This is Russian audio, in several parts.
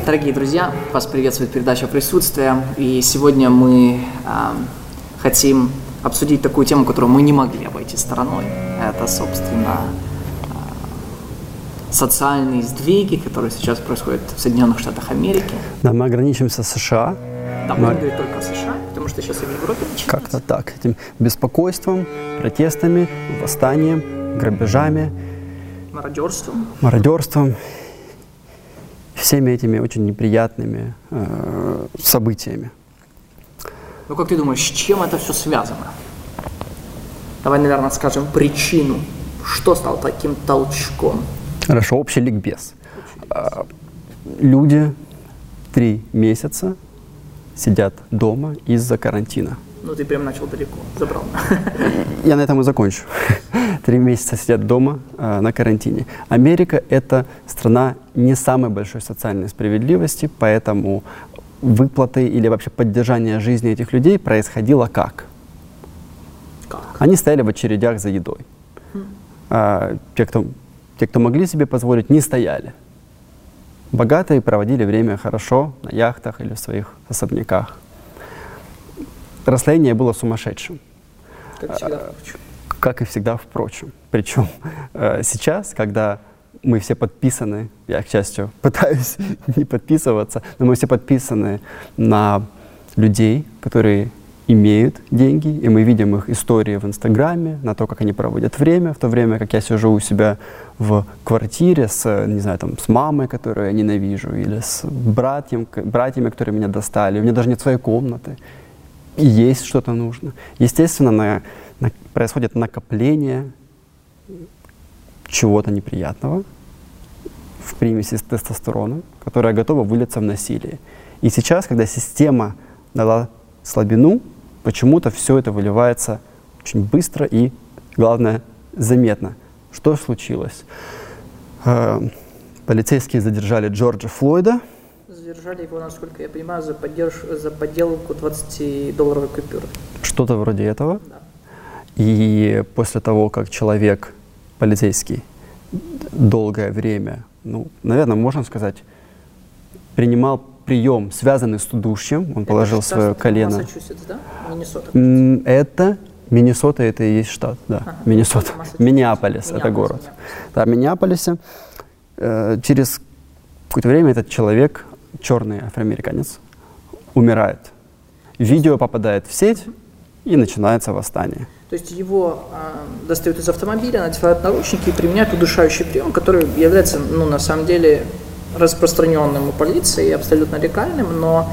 Дорогие друзья, вас приветствует передача «Присутствие», и сегодня мы хотим обсудить такую тему, которую мы не могли обойти стороной. Это, собственно, социальные сдвиги, которые сейчас происходят в Соединенных Штатах Америки. Да, мы ограничимся США. Да, будем говорить только о США, потому что сейчас и в Европе начинается. Как-то так, этим беспокойством, протестами, восстанием, грабежами, мародерством, всеми этими очень неприятными событиями. Ну, как ты думаешь, с чем это все связано? Давай, наверное, скажем причину. Что стало таким толчком? Хорошо, общий ликбез. Люди 3 месяца сидят дома из-за карантина. Ну, ты прям начал далеко, забрал. Я на этом и закончу. 3 месяца сидят дома на карантине. Америка – это страна не самой большой социальной справедливости, поэтому выплаты или вообще поддержание жизни этих людей происходило как? Они стояли в очередях за едой. Те, кто могли себе позволить, не стояли. Богатые проводили время хорошо на яхтах или в своих особняках. Расслоение было сумасшедшим. Как и всегда, впрочем. Причем сейчас, когда мы все подписаны, я, к счастью, пытаюсь не подписываться, но мы все подписаны на людей, которые имеют деньги, и мы видим их истории в Инстаграме, на то, как они проводят время, в то время как я сижу у себя в квартире с, не знаю, там, с мамой, которую я ненавижу, или с братьями, которые меня достали, у меня даже нет своей комнаты, и есть что-то нужно. Естественно, происходит накопление чего-то неприятного в примеси тестостерона, которая готова вылиться в насилие. И сейчас, когда система дала слабину, почему-то все это выливается очень быстро и, главное, заметно. Что случилось? Полицейские задержали Джорджа Флойда. Задержали его, насколько я понимаю, за подделку 20-долларовой купюры. Что-то вроде этого. Да. И после того, как человек, полицейский, долгое время, наверное, можно сказать, принимал прием, связанный с удушьем, он положил свое колено. Массачусетс, да? Миннесота. Это Миннесота, это и есть штат, да. Миннесота. Миннеаполис, это город. Да, в Миннеаполисе через какое-то время этот человек, черный афроамериканец, умирает. Видео попадает в сеть, и начинается восстание. То есть его достают из автомобиля, надевают наручники и применяют удушающий прием, который является, на самом деле, распространенным у полиции, абсолютно легальным, но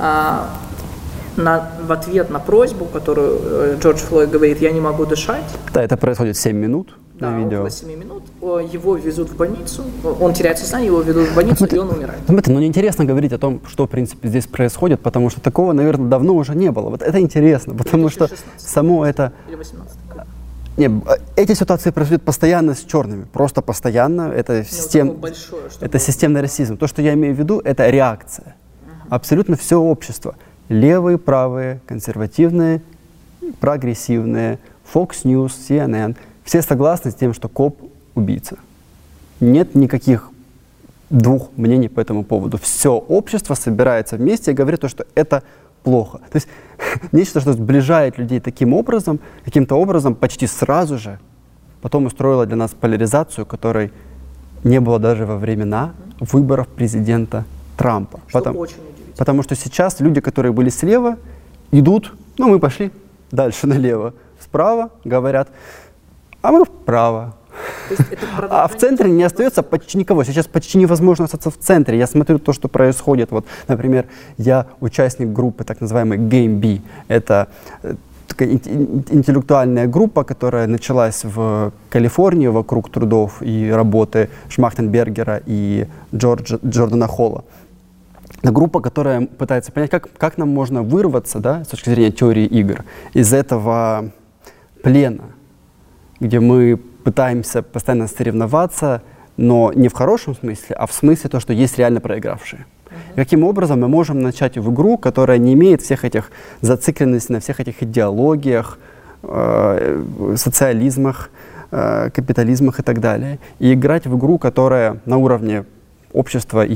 в ответ на просьбу, которую Джордж Флойд говорит, я не могу дышать. Да, это происходит 7 минут на видео. Около 7 минут. Его везут в больницу, он теряет сознание, его ведут в больницу, и он умирает. Неинтересно говорить о том, что, в принципе, здесь происходит, потому что такого, наверное, давно уже не было. Вот это интересно, потому что само это... Или 18. Нет, эти ситуации происходят постоянно с черными, просто постоянно. Это системный расизм. То, что я имею в виду, это реакция. Абсолютно все общество. Левые, правые, консервативные, прогрессивные, Fox News, CNN. Все согласны с тем, что коп – убийца. Нет никаких двух мнений по этому поводу. Все общество собирается вместе и говорит, что это плохо. То есть нечто, что сближает людей таким образом, каким-то образом почти сразу же потом устроило для нас поляризацию, которой не было даже во времена выборов президента Трампа. Потому что сейчас люди, которые были слева, идут, мы пошли дальше налево. Справа говорят, а мы вправо. А в центре не остается почти никого. Сейчас почти невозможно остаться в центре. Я смотрю то, что происходит. Вот, например, я участник группы, так называемой Game B. Это такая интеллектуальная группа, которая началась в Калифорнии вокруг трудов и работы Шмахтенбергера и Джордана Холла. Это группа, которая пытается понять, как нам можно вырваться, с точки зрения теории игр, из этого плена, где мы пытаемся постоянно соревноваться, но не в хорошем смысле, а в смысле то, что есть реально проигравшие. Каким образом мы можем начать в игру, которая не имеет всех этих зацикленностей на всех этих идеологиях, социализмах, капитализмах и так далее, и играть в игру, которая на уровне общества и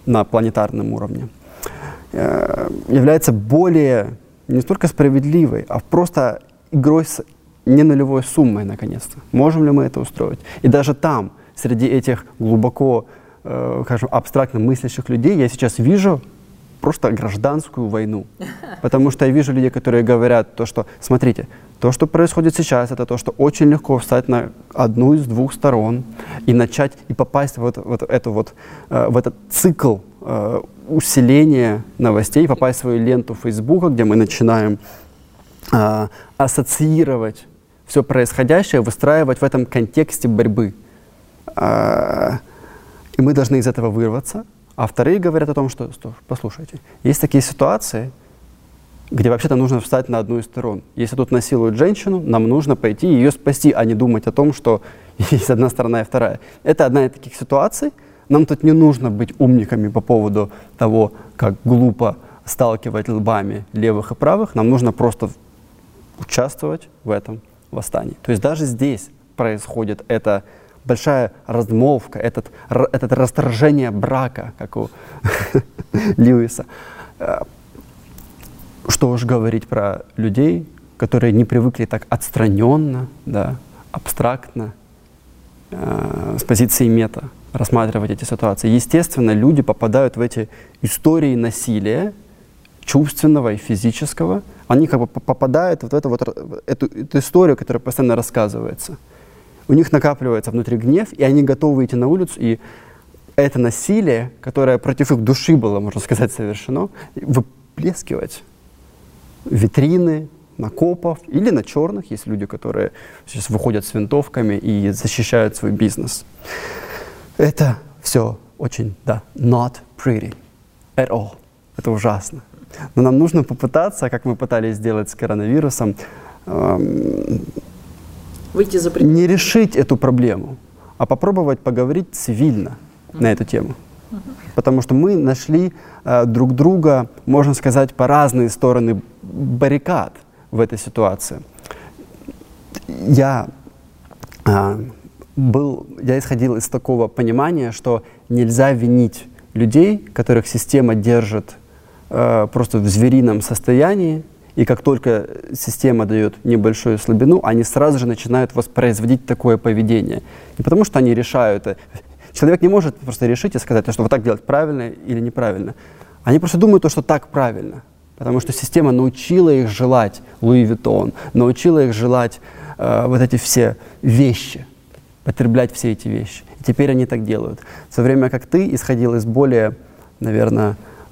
на планетарном уровне, является более не столько справедливой, а просто игрой с не нулевой суммой, наконец-то. Можем ли мы это устроить? И даже там, среди этих глубоко, скажем, абстрактно мыслящих людей, я сейчас вижу просто гражданскую войну. Потому что я вижу людей, которые говорят то, что, смотрите, то, что происходит сейчас, это то, что очень легко встать на одну из двух сторон и начать, и попасть в этот цикл усиления новостей, попасть в свою ленту Фейсбука, где мы начинаем ассоциировать все происходящее, выстраивать в этом контексте борьбы. И мы должны из этого вырваться. А вторые говорят о том, что, послушайте, есть такие ситуации, где вообще-то нужно встать на одну из сторон. Если тут насилуют женщину, нам нужно пойти ее спасти, а не думать о том, что есть одна сторона и вторая. Это одна из таких ситуаций. Нам тут не нужно быть умниками по поводу того, как глупо сталкивать лбами левых и правых. Нам нужно просто участвовать в этом восстании. То есть даже здесь происходит эта большая размолвка, это расторжение брака, как у Льюиса. Что уж говорить про людей, которые не привыкли так отстраненно, да, абстрактно, с позиции мета рассматривать эти ситуации. Естественно, люди попадают в эти истории насилия, чувственного и физического. Они как бы попадают в эту историю, которая постоянно рассказывается. У них накапливается внутри гнев, и они готовы идти на улицу, и это насилие, которое против их души было, можно сказать, совершено, выплескивать в витрины, на копов или на черных. Есть люди, которые сейчас выходят с винтовками и защищают свой бизнес. Это все очень, да, not pretty at all. Это ужасно. Но нам нужно попытаться, как мы пытались сделать с коронавирусом, выйти за пределы. Не решить эту проблему, а попробовать поговорить цивильно на эту тему. Потому что мы нашли друг друга, можно сказать, по разные стороны баррикад в этой ситуации. Я исходил из такого понимания, что нельзя винить людей, которых система держит просто в зверином состоянии, и как только система дает небольшую слабину, они сразу же начинают воспроизводить такое поведение. Не потому что они решают это. Человек не может просто решить и сказать, что вот так делать правильно или неправильно. Они просто думают, что так правильно. Потому что система научила их желать Луи Виттон, научила их желать вот эти все вещи, потреблять все эти вещи. И теперь они так делают. В то время как ты исходил из более, наверное,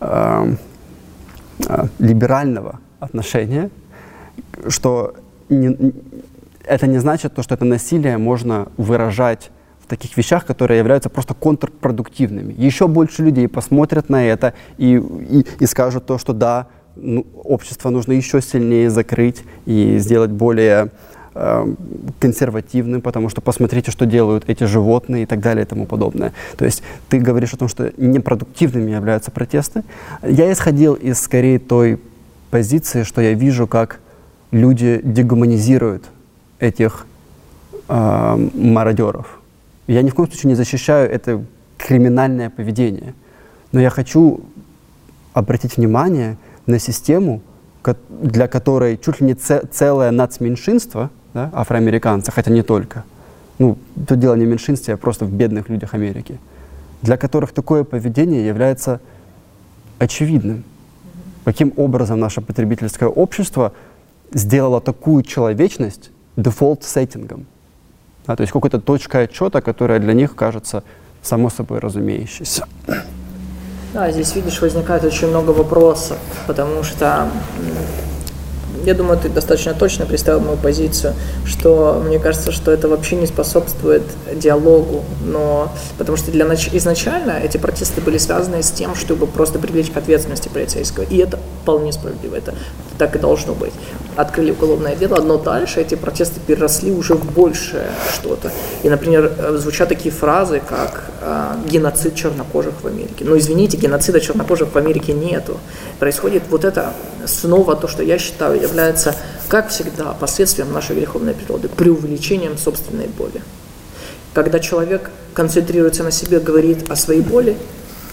либерального отношения, что это не значит, что это насилие можно выражать в таких вещах, которые являются просто контрпродуктивными. Еще больше людей посмотрят на это и скажут то, что да, общество нужно еще сильнее закрыть и сделать более консервативным, потому что посмотрите, что делают эти животные и так далее и тому подобное. То есть ты говоришь о том, что непродуктивными являются протесты. Я исходил из скорее той позиции, что я вижу, как люди дегуманизируют этих мародеров. Я ни в коем случае не защищаю это криминальное поведение, но я хочу обратить внимание на систему, для которой чуть ли не целое нацменьшинство, да, афроамериканцы, хотя не только, тут дело не в меньшинстве, а просто в бедных людях Америки, для которых такое поведение является очевидным. Каким образом наше потребительское общество сделало такую человечность дефолт-сеттингом, да, то есть какой-то точкой отчета, которая для них кажется само собой разумеющейся. Да, здесь, видишь, возникает очень много вопросов, потому что, я думаю, ты достаточно точно представил мою позицию, что мне кажется, что это вообще не способствует диалогу, потому что изначально эти протесты были связаны с тем, чтобы просто привлечь к ответственности полицейского, и это вполне справедливо, это так и должно быть. Открыли уголовное дело, но дальше эти протесты переросли уже в большее что-то. И, например, звучат такие фразы, как геноцид чернокожих в Америке. Но, извините, геноцида чернокожих в Америке нету. Происходит вот это снова то, что я считаю является, как всегда, последствием нашей греховной природы, преувеличением собственной боли. Когда человек концентрируется на себе, говорит о своей боли,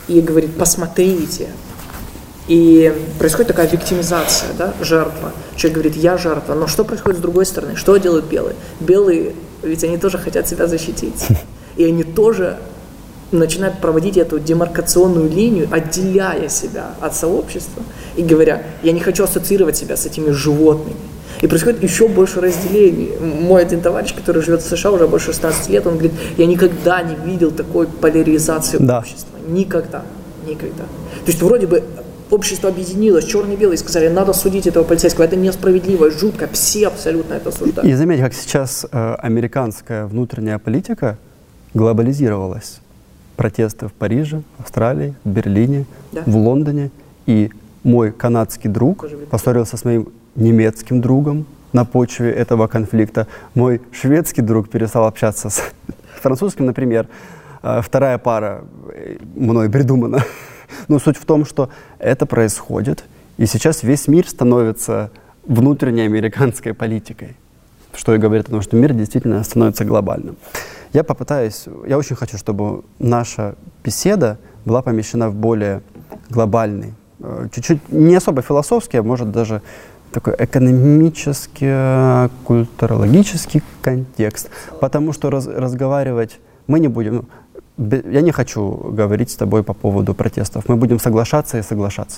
и говорит, посмотрите. И происходит такая виктимизация, да, жертва. Человек говорит, я жертва, но что происходит с другой стороны? Что делают белые? Белые, ведь они тоже хотят себя защитить. И они тоже начинают проводить эту демаркационную линию, отделяя себя от сообщества и говоря, я не хочу ассоциировать себя с этими животными. И происходит еще больше разделений. Мой один товарищ, который живет в США уже больше 16 лет, он говорит, я никогда не видел такой поляризации общества. Никогда. Никогда. То есть вроде бы общество объединилось, черные и белые, сказали, надо судить этого полицейского, это несправедливо, жутко, все абсолютно это осуждают. И заметьте, как сейчас американская внутренняя политика глобализировалась. Протесты в Париже, Австралии, Берлине, в Лондоне. И мой канадский друг поссорился с моим немецким другом на почве этого конфликта. Мой шведский друг перестал общаться с французским, например. Вторая пара мной придумана. Но суть в том, что это происходит, и сейчас весь мир становится внутренней американской политикой, что и говорит о том, что мир действительно становится глобальным. Я очень хочу, чтобы наша беседа была помещена в более глобальный, чуть-чуть не особо философский, а может даже такой экономический, культурологический контекст, потому что разговаривать мы не будем. Я не хочу говорить с тобой по поводу протестов. Мы будем соглашаться и соглашаться.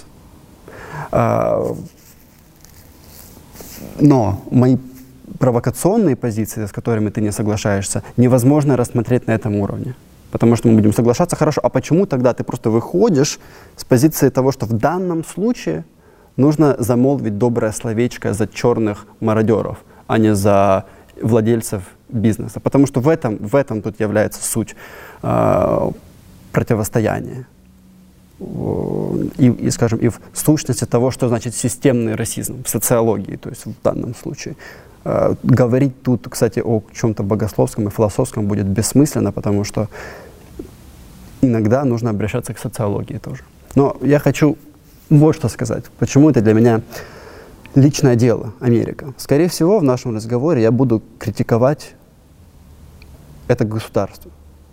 Но мои провокационные позиции, с которыми ты не соглашаешься, невозможно рассмотреть на этом уровне. Потому что мы будем соглашаться хорошо. А почему тогда ты просто выходишь с позиции того, что в данном случае нужно замолвить доброе словечко за черных мародеров, а не за владельцев бизнеса? Потому что в этом тут является суть противостояния. И, скажем, и в сущности того, что значит системный расизм в социологии, то есть в данном случае. Говорить тут, кстати, о чем-то богословском и философском будет бессмысленно, потому что иногда нужно обращаться к социологии тоже. Но я хочу вот что сказать. Почему это для меня личное дело, Америка. Скорее всего, в нашем разговоре я буду критиковать это государство.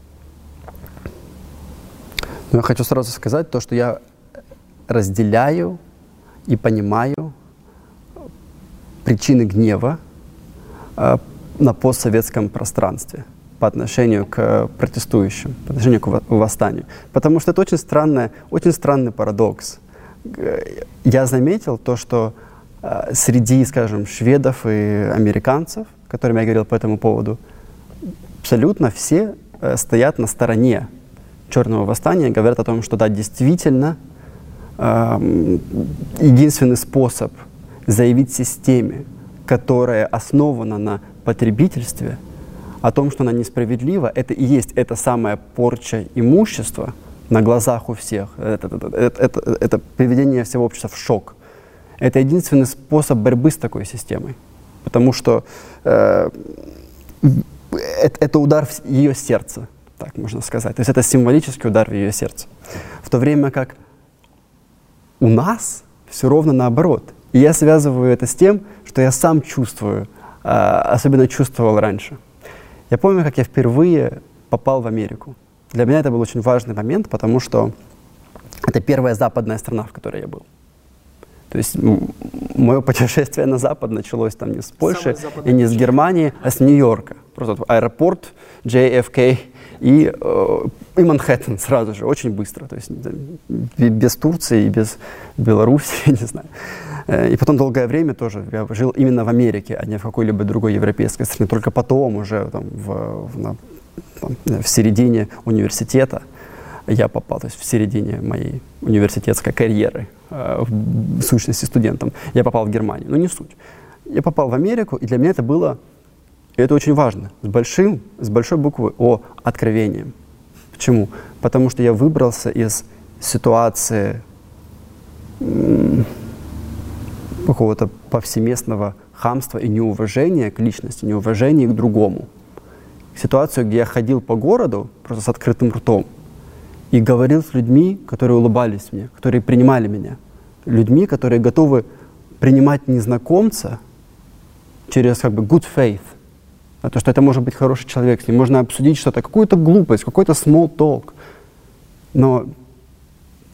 Но я хочу сразу сказать то, что я разделяю и понимаю причины гнева на постсоветском пространстве по отношению к протестующим, по отношению к восстанию. Потому что это очень странный парадокс. Я заметил то, что среди, скажем, шведов и американцев, с которыми я говорил по этому поводу, абсолютно все стоят на стороне черного восстания, говорят о том, что да, действительно, единственный способ заявить системе, которая основана на потребительстве, о том, что она несправедлива, это и есть эта самая порча имущества на глазах у всех. Это приведение всего общества в шок. Это единственный способ борьбы с такой системой. Потому что это удар в ее сердце, так можно сказать. То есть это символический удар в ее сердце. В то время как у нас все ровно наоборот. И я связываю это с тем, что я сам чувствую, особенно чувствовал раньше. Я помню, как я впервые попал в Америку. Для меня это был очень важный момент, потому что это первая западная страна, в которой я был. То есть мое путешествие на Запад началось там не с Польши и не с Германии, а с Нью-Йорка. Просто аэропорт, JFK и Манхэттен сразу же, очень быстро. То есть без Турции и без Беларуси, я не знаю. И потом долгое время тоже я жил именно в Америке, а не в какой-либо другой европейской стране. Только потом уже там, в середине университета я попал, то есть в середине моей университетской карьеры, в сущности студентом, я попал в Германию. Но не суть. Я попал в Америку, и для меня это было, и это очень важно, с большой буквы О, откровением. Почему? Потому что я выбрался из ситуации какого-то повсеместного хамства и неуважения к личности, неуважения к другому. Ситуацию, где я ходил по городу просто с открытым ртом и говорил с людьми, которые улыбались мне, которые принимали меня. Людьми, которые готовы принимать незнакомца через как бы good faith. То, что это может быть хороший человек, с ним можно обсудить что-то, какую-то глупость, какой-то small talk. Но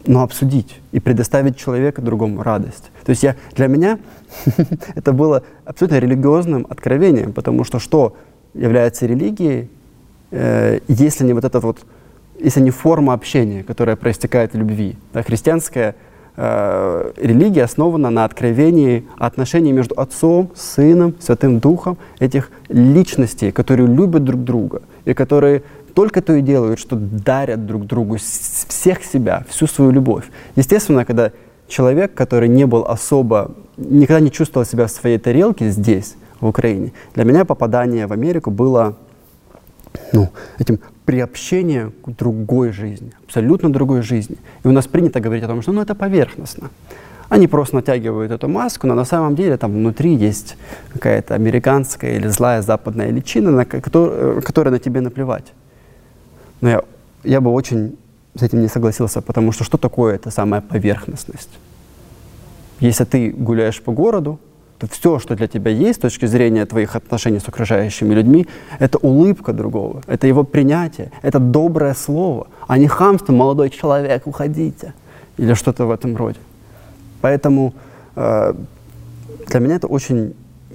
но обсудить и предоставить человеку другому радость. То есть для меня это было абсолютно религиозным откровением, потому что является религией, если не вот это вот, если не форма общения, которая проистекает в любви. Да, христианская религия основана на откровении отношений между Отцом, Сыном, Святым Духом, этих личностей, которые любят друг друга и которые только то и делают, что дарят друг другу всех себя, всю свою любовь. Естественно, когда человек, который никогда не чувствовал себя в своей тарелке здесь, в Украине, для меня попадание в Америку было этим приобщением к другой жизни, абсолютно другой жизни. И у нас принято говорить о том, что это поверхностно. Они просто натягивают эту маску, но на самом деле там внутри есть какая-то американская или злая западная личина, на которой на тебе наплевать. Но я бы очень с этим не согласился, потому что такое эта самая поверхностность? Если ты гуляешь по городу, то все, что для тебя есть с точки зрения твоих отношений с окружающими людьми, это улыбка другого, это его принятие, это доброе слово, а не хамство «молодой человек, уходите» или что-то в этом роде. Поэтому для меня это очень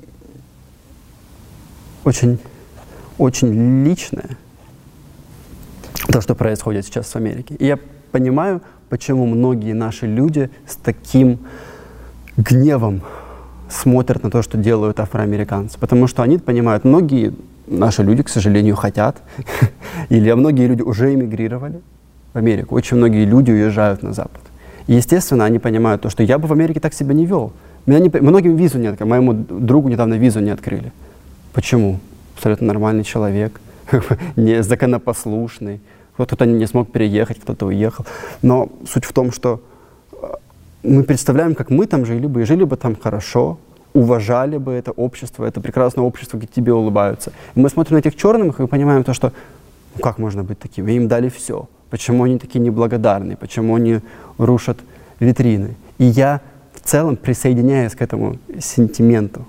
личное, то, что происходит сейчас в Америке. И я понимаю, почему многие наши люди с таким гневом смотрят на то, что делают афроамериканцы. Потому что они понимают, многие наши люди, к сожалению, хотят, или многие люди уже эмигрировали в Америку. Очень многие люди уезжают на Запад. И, естественно, они понимают то, что я бы в Америке так себя не вел. Многим визу не открыли. Моему другу недавно визу не открыли. Почему? Абсолютно нормальный человек, не законопослушный. Кто-то не смог переехать, кто-то уехал. Но суть в том, что мы представляем, как мы там жили бы, и жили бы там хорошо, уважали бы это общество, это прекрасное общество, где тебе улыбаются. И мы смотрим на этих черных и понимаем то, что как можно быть таким? Им дали все. Почему они такие неблагодарные? Почему они рушат витрины? И я в целом присоединяюсь к этому сентименту.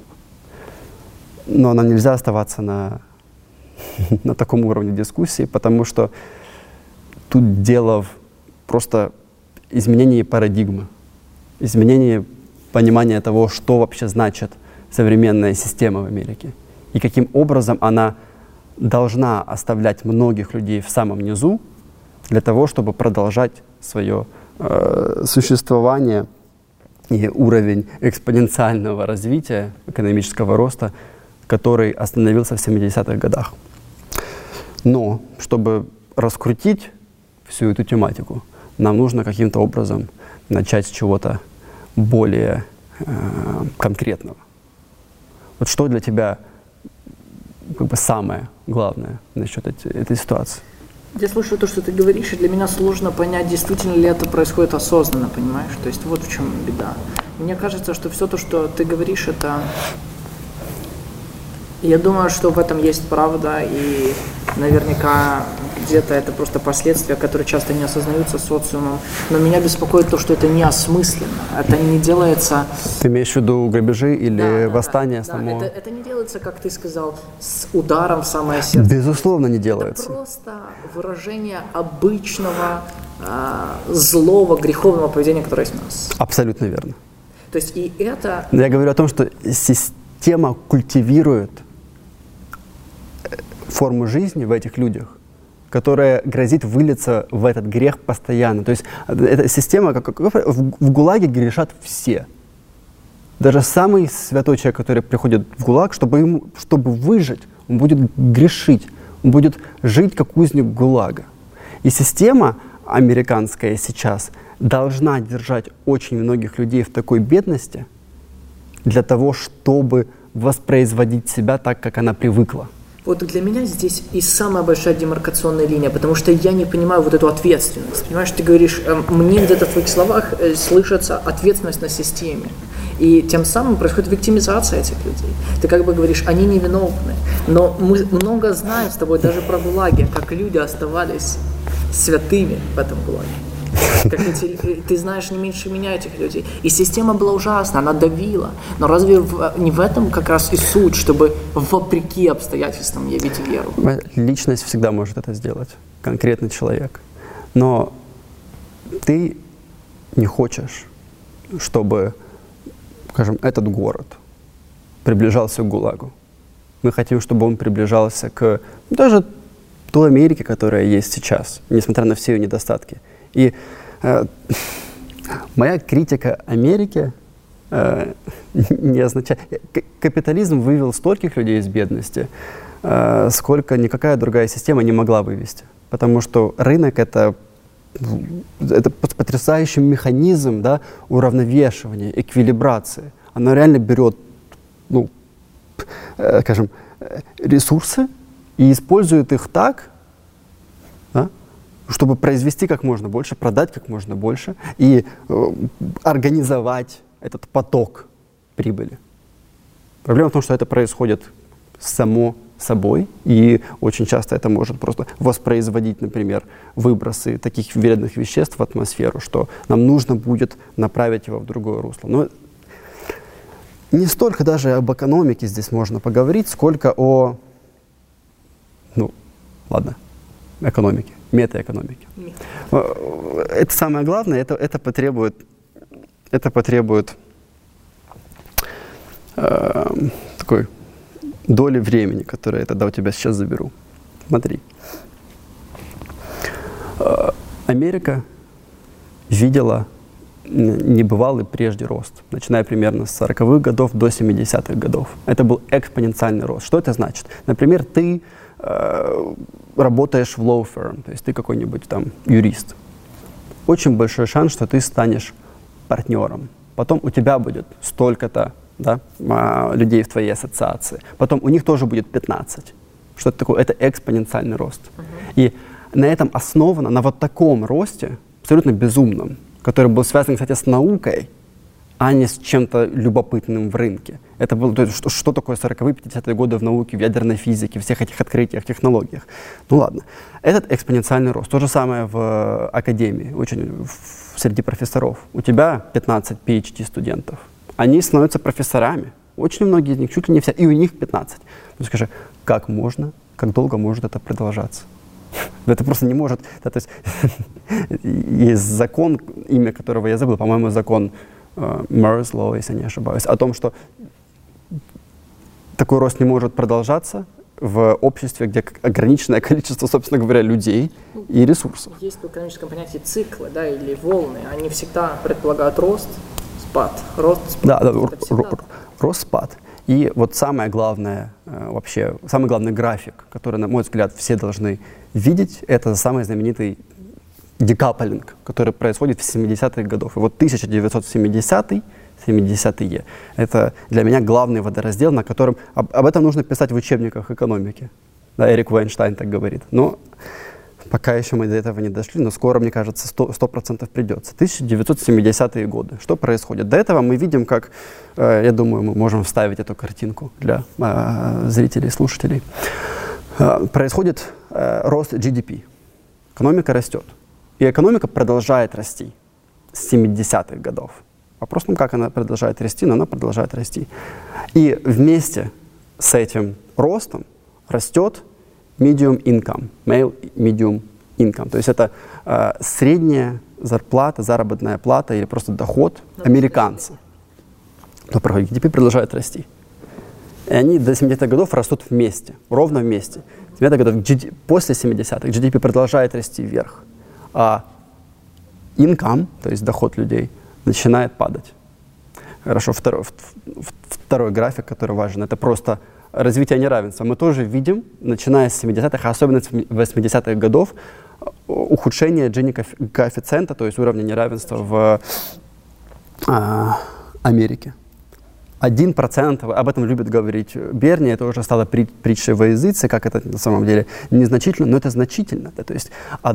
Но нам нельзя оставаться на таком уровне дискуссии, потому что тут дело в просто изменении парадигмы, изменении понимания того, что вообще значит современная система в Америке и каким образом она должна оставлять многих людей в самом низу для того, чтобы продолжать свое существование и уровень экспоненциального развития, экономического роста, который остановился в 70-х годах. Но чтобы раскрутить всю эту тематику, нам нужно каким-то образом начать с чего-то более конкретного. Вот что для тебя самое главное насчет этой ситуации? Я слышу то, что ты говоришь, и для меня сложно понять, действительно ли это происходит осознанно, понимаешь? То есть вот в чем беда. Мне кажется, что все то, что ты говоришь, это... Я думаю, что в этом есть правда, и наверняка где-то это просто последствия, которые часто не осознаются социумом. Но меня беспокоит то, что это неосмысленно. Это не делается... Ты имеешь в виду грабежи или восстание само? Да, это не делается, как ты сказал, с ударом в самое сердце. Безусловно, не делается. Это просто выражение обычного, злого, греховного поведения, которое есть у нас. Абсолютно верно. То есть и это... Я говорю о том, что система культивирует форму жизни в этих людях, которая грозит вылиться в этот грех постоянно. То есть эта система, в ГУЛАГе грешат все. Даже самый святой человек, который приходит в ГУЛАГ, чтобы выжить, он будет грешить, он будет жить как узник ГУЛАГа. И система американская сейчас должна держать очень многих людей в такой бедности для того, чтобы воспроизводить себя так, как она привыкла. Вот для меня здесь и самая большая демаркационная линия, потому что я не понимаю вот эту ответственность. Понимаешь, ты говоришь, мне где-то в твоих словах слышится ответственность на системе. И тем самым происходит виктимизация этих людей. Ты как бы говоришь, они невиновны. Но мы много знаем с тобой даже про ГУЛАГи, как люди оставались святыми в этом ГУЛАГе. Ты знаешь не меньше меня этих людей. И система была ужасна, она давила. Но разве не в этом как раз и суть, чтобы вопреки обстоятельствам явить веру? Личность всегда может это сделать, конкретный человек. Но ты не хочешь, чтобы, скажем, этот город приближался к ГУЛАГу. Мы хотим, чтобы он приближался к даже той Америке, которая есть сейчас, несмотря на все ее недостатки. И моя критика Америки не означает... Капитализм вывел стольких людей из бедности, сколько никакая другая система не могла вывести. Потому что рынок — это потрясающий механизм, да, уравновешивания, эквилибрации. Оно реально берет, скажем, ресурсы и использует их так, да, чтобы произвести как можно больше, продать как можно больше и организовать этот поток прибыли. Проблема в том, что это происходит само собой, и очень часто это может просто воспроизводить, например, выбросы таких вредных веществ в атмосферу, что нам нужно будет направить его в другое русло. Но не столько даже об экономике здесь можно поговорить, сколько о, экономике, метаэкономике. Это самое главное, это потребует такой доли времени, которую я тогда у тебя сейчас заберу. Смотри. Америка видела небывалый прежде рост, начиная примерно с 40-х годов до 70-х годов. Это был экспоненциальный рост. Что это значит? Например, ты работаешь в law firm, то есть ты какой-нибудь там юрист. Очень большой шанс, что ты станешь партнером. Потом у тебя будет столько-то, да, людей в твоей ассоциации. Потом у них тоже будет 15. Что это такое? Это экспоненциальный рост. И на этом основано, на вот таком росте, абсолютно безумном, который был связан, кстати, с наукой, а не с чем-то любопытным в рынке. Это было, то есть, что такое 40-е, 50-е годы в науке, в ядерной физике, всех этих открытиях, технологиях. Ну ладно. Этот экспоненциальный рост. То же самое в академии, среди профессоров. У тебя 15 PhD студентов. Они становятся профессорами. Очень многие из них, чуть ли не все, и у них 15. Ну скажи, как долго может это продолжаться? Это просто не может. Да, то есть, есть закон, имя которого я забыл, по-моему, закон Moore's Law, если не ошибаюсь, о том, что такой рост не может продолжаться в обществе, где ограниченное количество, собственно говоря, людей и ресурсов. Есть в экономическом понятии циклы, да, или волны. Они всегда предполагают рост, спад, рост, спад. Да, рост, спад. И вот самое главное, самый главный график, который, на мой взгляд, все должны видеть, это самый знаменитый декаплинг, который происходит в 70-х годах. И вот 1970-е, это для меня главный водораздел, на котором об этом нужно писать в учебниках экономики. Да, Эрик Вайнштейн так говорит. Но пока еще мы до этого не дошли, но скоро, мне кажется, 100% придется. 1970-е годы. Что происходит? До этого мы видим, как, я думаю, мы можем вставить эту картинку для зрителей, слушателей. Происходит рост GDP. Экономика растет. И экономика продолжает расти с 70-х годов. Вопрос в том, как она продолжает расти, но она продолжает расти. И вместе с этим ростом растет medium income, male medium income. То есть это средняя зарплата, заработная плата или просто доход американца. Но GDP продолжает расти. И они до 70-х годов растут вместе, ровно вместе. После 70-х GDP продолжает расти вверх, а income, то есть доход людей, начинает падать. Хорошо, второй график, который важен, это просто развитие неравенства. Мы тоже видим, начиная с 70-х, особенно с 80-х годов, ухудшение Джини-коэффициента, то есть уровня неравенства в Америке. 1%, об этом любит говорить Берни, это уже стало притчей во языце, как это на самом деле незначительно, но это значительно. Да, то есть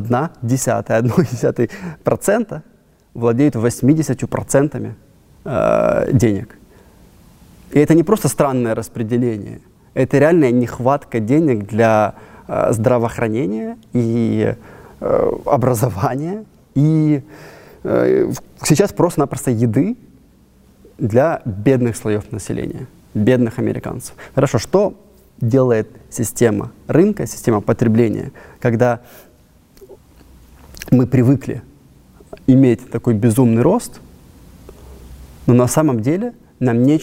0,1% владеют 80% денег. И это не просто странное распределение, это реальная нехватка денег для здравоохранения и образования, и сейчас просто-напросто еды для бедных слоев населения, бедных американцев. Хорошо, что делает система рынка, система потребления, когда мы привыкли иметь такой безумный рост, но на самом деле нам не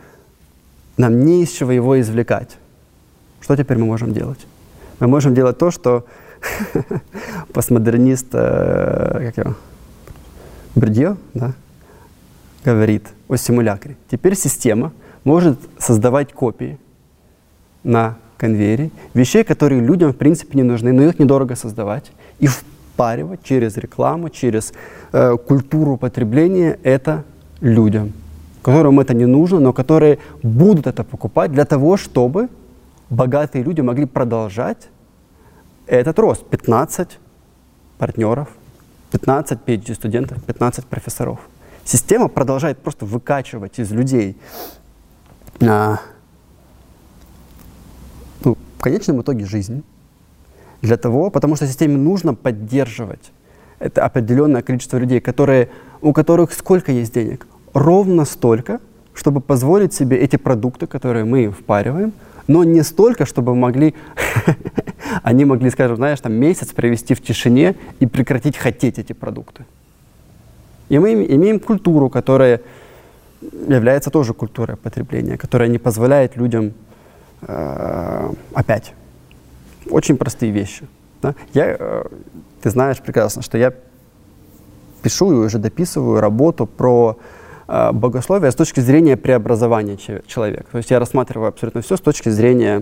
из чего его извлекать. Что теперь мы можем делать? Мы можем делать то, что постмодернист Бурдье, да, говорит о симулякре. Теперь система может создавать копии на конвейере вещей, которые людям в принципе не нужны, но их недорого создавать, и впаривать через рекламу, через культуру потребления это людям, которым это не нужно, но которые будут это покупать для того, чтобы богатые люди могли продолжать этот рост. 15 партнеров, 15 PhD-студентов, 15 профессоров. Система продолжает просто выкачивать из людей в конечном итоге жизнь. Потому что системе нужно поддерживать это определенное количество людей, у которых сколько есть денег? Ровно столько, чтобы позволить себе эти продукты, которые мы им впариваем, но не столько, чтобы они могли, скажем, знаешь, месяц провести в тишине и прекратить хотеть эти продукты. И мы имеем культуру, которая является тоже культурой потребления, которая не позволяет людям опять очень простые вещи. Да? Ты знаешь прекрасно, что я пишу и уже дописываю работу про богословие с точки зрения преобразования человека. То есть я рассматриваю абсолютно все с точки зрения,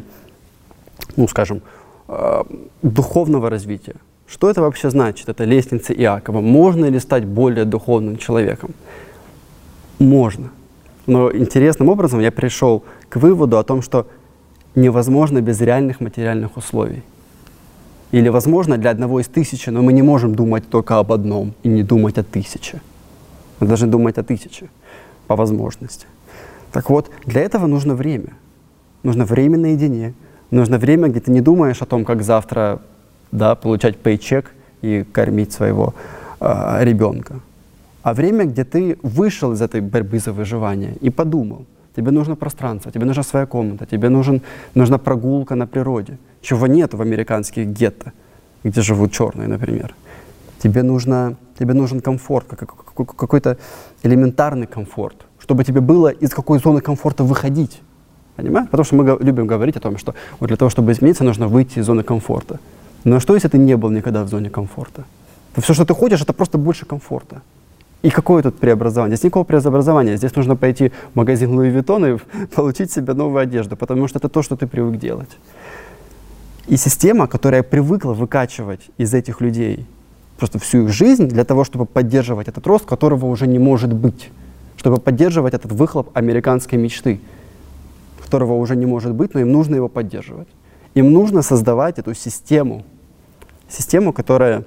духовного развития. Что это вообще значит? Это лестница Иакова. Можно ли стать более духовным человеком? Можно. Но интересным образом я пришел к выводу о том, что невозможно без реальных материальных условий. Или возможно для одного из 1000, но мы не можем думать только об одном и не думать о 1000. Мы должны думать о 1000 по возможности. Так вот, для этого нужно время. Нужно время наедине. Нужно время, где ты не думаешь о том, как завтра получать пейчек и кормить своего ребенка. А время, где ты вышел из этой борьбы за выживание и подумал. Тебе нужно пространство, тебе нужна своя комната, тебе нужна прогулка на природе, чего нет в американских гетто, где живут черные, например. Тебе нужен комфорт, какой-то элементарный комфорт, чтобы тебе было из какой зоны комфорта выходить. Понимаешь? Потому что мы любим говорить о том, что вот для того, чтобы измениться, нужно выйти из зоны комфорта. Но что, если ты не был никогда в зоне комфорта? Все, что ты ходишь, это просто больше комфорта. И какое тут преобразование? Здесь никакого преобразования. Здесь нужно пойти в магазин Луи Виттон и получить себе новую одежду, потому что это то, что ты привык делать. И система, которая привыкла выкачивать из этих людей просто всю их жизнь для того, чтобы поддерживать этот рост, которого уже не может быть, чтобы поддерживать этот выхлоп американской мечты, которого уже не может быть, но им нужно его поддерживать. Им нужно создавать эту систему, которая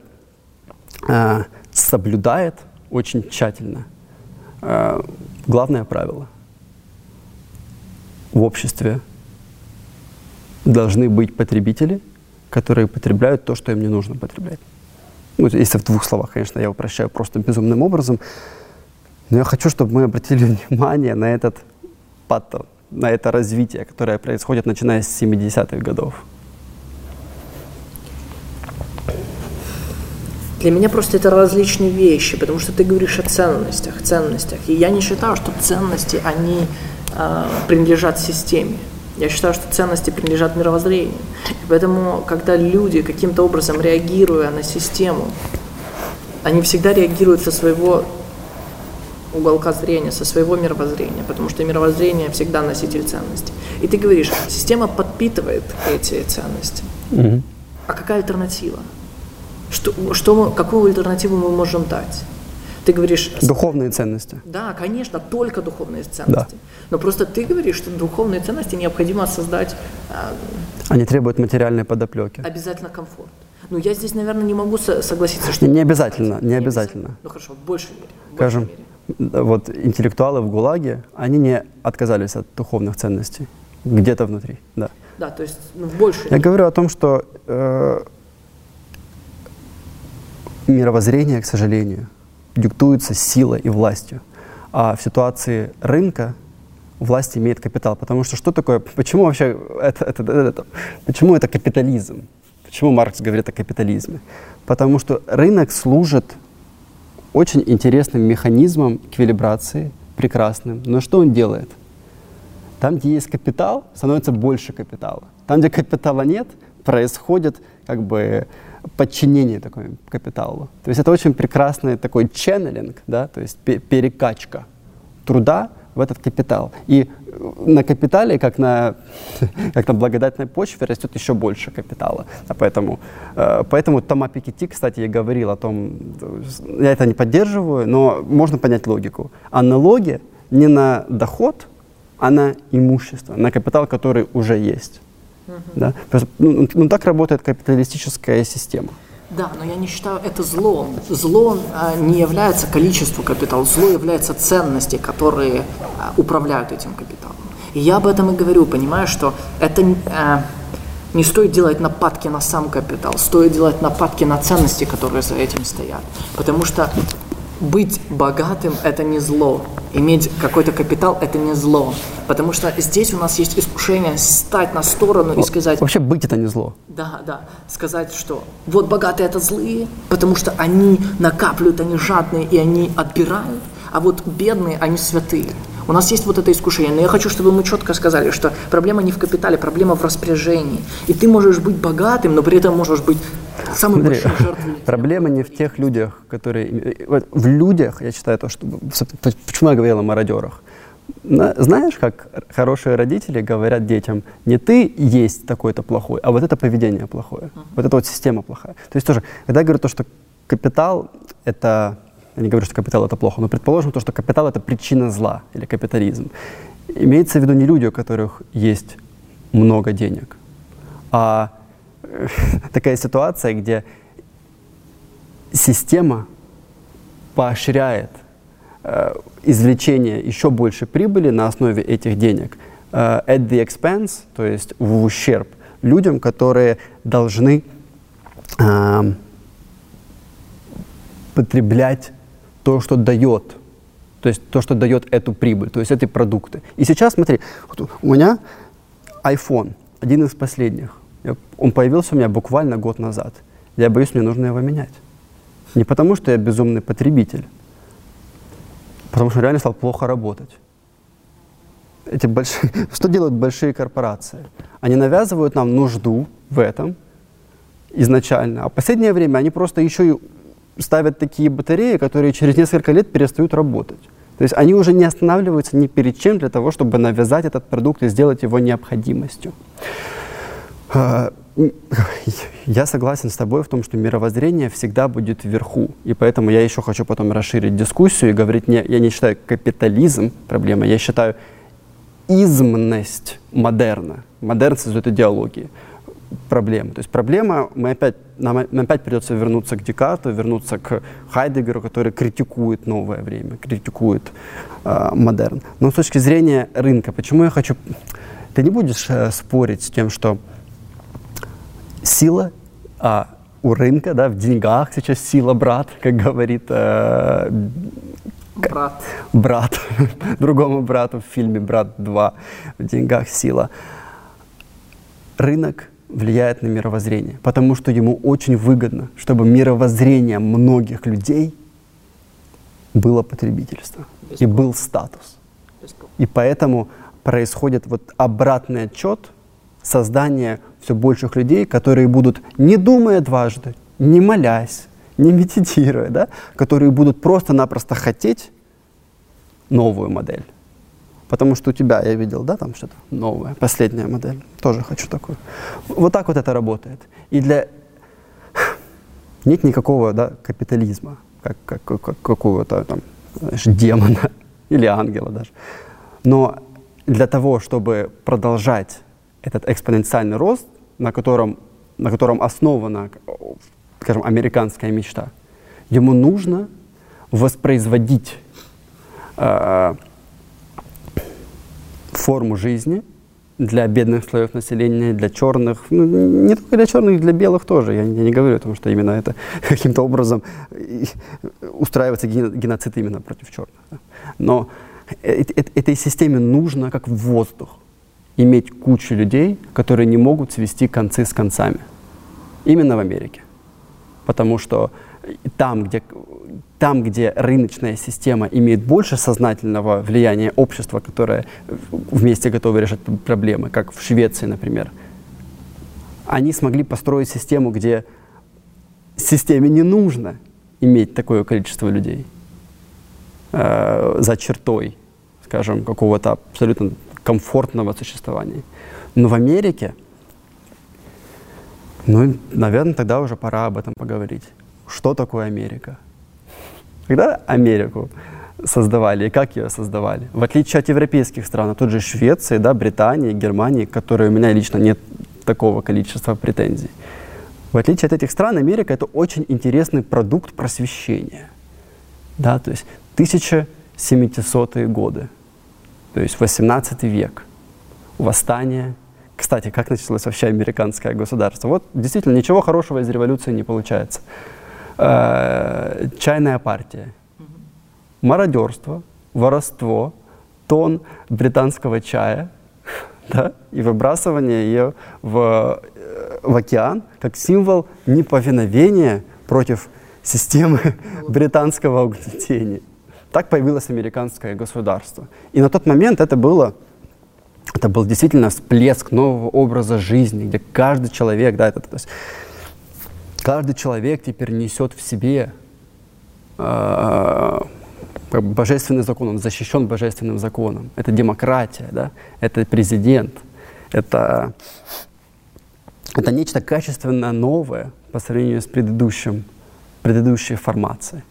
соблюдает очень тщательно главное правило. В обществе должны быть потребители, которые потребляют то, что им не нужно потреблять. Если в 2 словах, конечно, я упрощаю просто безумным образом, но я хочу, чтобы мы обратили внимание на этот паттern, на это развитие, которое происходит, начиная с 70-х годов. Для меня просто это различные вещи, потому что ты говоришь о ценностях. И я не считаю, что ценности, они принадлежат системе. Я считаю, что ценности принадлежат мировоззрению. И поэтому, когда люди каким-то образом, реагируя на систему, они всегда реагируют со своего уголка зрения, со своего мировоззрения, потому что мировоззрение всегда носитель ценностей. И ты говоришь, система подпитывает эти ценности. Mm-hmm. А какая альтернатива? Какую альтернативу мы можем дать? Ты говоришь... Духовные ценности. Да, конечно, только духовные ценности. Да. Но просто ты говоришь, что духовные ценности необходимо создать... Они требуют материальной подоплеки. Обязательно комфорт. Я здесь, наверное, не могу согласиться, что... Не обязательно. Ну хорошо, в большей мере. Скажем, вот интеллектуалы в ГУЛАГе, они не отказались от духовных ценностей. Где-то внутри, да. Да, то есть в большей мере. Я говорю о том, что мировоззрение, к сожалению, диктуется силой и властью. А в ситуации рынка власть имеет капитал. Потому что что такое, почему вообще почему это капитализм? Почему Маркс говорит о капитализме? Потому что рынок служит очень интересным механизмом эквилибрации, прекрасным. Но что он делает? Там, где есть капитал, становится больше капитала. Там, где капитала нет, происходит как бы подчинение такому капиталу. То есть это очень прекрасный такой ченнелинг, да, то есть перекачка труда в этот капитал. И на капитале, как на благодатной почве, растет еще больше капитала. А поэтому Тома Piketty, кстати, я говорил о том, я это не поддерживаю, но можно понять логику. А налоги не на доход, а на имущество, на капитал, который уже есть. Да? Так работает капиталистическая система. Да, но я не считаю это злом. Зло не является количеством капитала, зло является ценности, которые управляют этим капиталом. И я об этом и говорю, понимаю, что это не стоит делать нападки на сам капитал, стоит делать нападки на ценности, которые за этим стоят. Потому что быть богатым – это не зло. Иметь какой-то капитал – это не зло. Потому что здесь у нас есть искушение стать на сторону и сказать… Вообще быть – это не зло. Да. Сказать, что вот богатые – это злые, потому что они накапливают, они жадные и они отбирают, а вот бедные – они святые. У нас есть вот это искушение. Но я хочу, чтобы мы четко сказали, что проблема не в капитале, проблема в распоряжении. И ты можешь быть богатым, но при этом можешь быть самым большим жертвой. Проблема не в тех людях, которые… В людях, я считаю, то, что… Почему я говорил о мародерах? Знаешь, как хорошие родители говорят детям, не ты есть такой-то плохой, а вот это поведение плохое, вот эта вот система плохая. То есть тоже, когда я говорю то, что капитал – это… Я не говорю, что капитал – это плохо, но предположим то, что капитал – это причина зла или капитализм. Имеется в виду не люди, у которых есть много денег, а такая ситуация, где система поощряет извлечение еще больше прибыли на основе этих денег at the expense, то есть в ущерб людям, которые должны потреблять то, что дает, то есть то, что дает эту прибыль, то есть эти продукты. И сейчас, смотри, у меня iPhone, один из последних, он появился у меня буквально год назад. Я боюсь, мне нужно его менять. Не потому, что я безумный потребитель, потому что он реально стал плохо работать. Что делают большие корпорации? Они навязывают нам нужду в этом изначально, а в последнее время они просто еще и ставят такие батареи, которые через несколько лет перестают работать. То есть они уже не останавливаются ни перед чем для того, чтобы навязать этот продукт и сделать его необходимостью. Я согласен с тобой в том, что мировоззрение всегда будет вверху. И поэтому я еще хочу потом расширить дискуссию и говорить, я не считаю капитализм проблемой, я считаю измность модерна. Модерн создает идеологии. Проблемы. То есть проблема, нам опять придется вернуться к Декарту, вернуться к Хайдеггеру, который критикует новое время, критикует модерн. Но с точки зрения рынка, почему я хочу… Ты не будешь спорить с тем, что сила у рынка, да, в деньгах сейчас сила, брат, как говорит брат другому брату в фильме «Брат 2», в деньгах сила. Рынок влияет на мировоззрение, потому что ему очень выгодно, чтобы мировоззрение многих людей было потребительство и был статус. И поэтому происходит вот обратный отчет создания все больших людей, которые будут, не думая дважды, не молясь, не медитируя, да, которые будут просто-напросто хотеть новую модель. Потому что у тебя, я видел, да, там что-то новое, последняя модель, тоже хочу такую. Вот так вот это работает. И нет никакого, да, капитализма, как какого-то там, знаешь, демона или ангела даже. Но для того, чтобы продолжать этот экспоненциальный рост, на котором основана, скажем, американская мечта, ему нужно воспроизводить форму жизни для бедных слоев населения, для черных, ну, не только для черных, для белых тоже. Я не говорю о том, что именно это каким-то образом устраивается геноцид именно против черных. Да. Но этой системе нужно, как воздух, иметь кучу людей, которые не могут свести концы с концами. Именно в Америке. Потому что там, где там, где рыночная система имеет больше сознательного влияния общества, которое вместе готово решать проблемы, как в Швеции, например, они смогли построить систему, где системе не нужно иметь такое количество людей за чертой, скажем, какого-то абсолютно комфортного существования. Но в Америке, ну, наверное, тогда уже пора об этом поговорить. Что такое Америка? Когда Америку создавали и как ее создавали? В отличие от европейских стран, тут же Швеции, да, Британии, Германии, которые у меня лично нет такого количества претензий. В отличие от этих стран, Америка — это очень интересный продукт просвещения. Да, то есть 1700-е годы, то есть 18 век, восстание. Кстати, как началось вообще американское государство? Вот действительно ничего хорошего из революции не получается. Чайная партия, мародерство, воровство, тон британского чая, да, и выбрасывание ее в океан как символ неповиновения против системы британского угнетения. Так появилось американское государство. И на тот момент это был действительно всплеск нового образа жизни, где каждый человек, да, то есть каждый человек теперь несет в себе божественный закон, он защищен божественным законом. Это демократия, да? Это президент, это нечто качественно новое по сравнению с предыдущей формацией.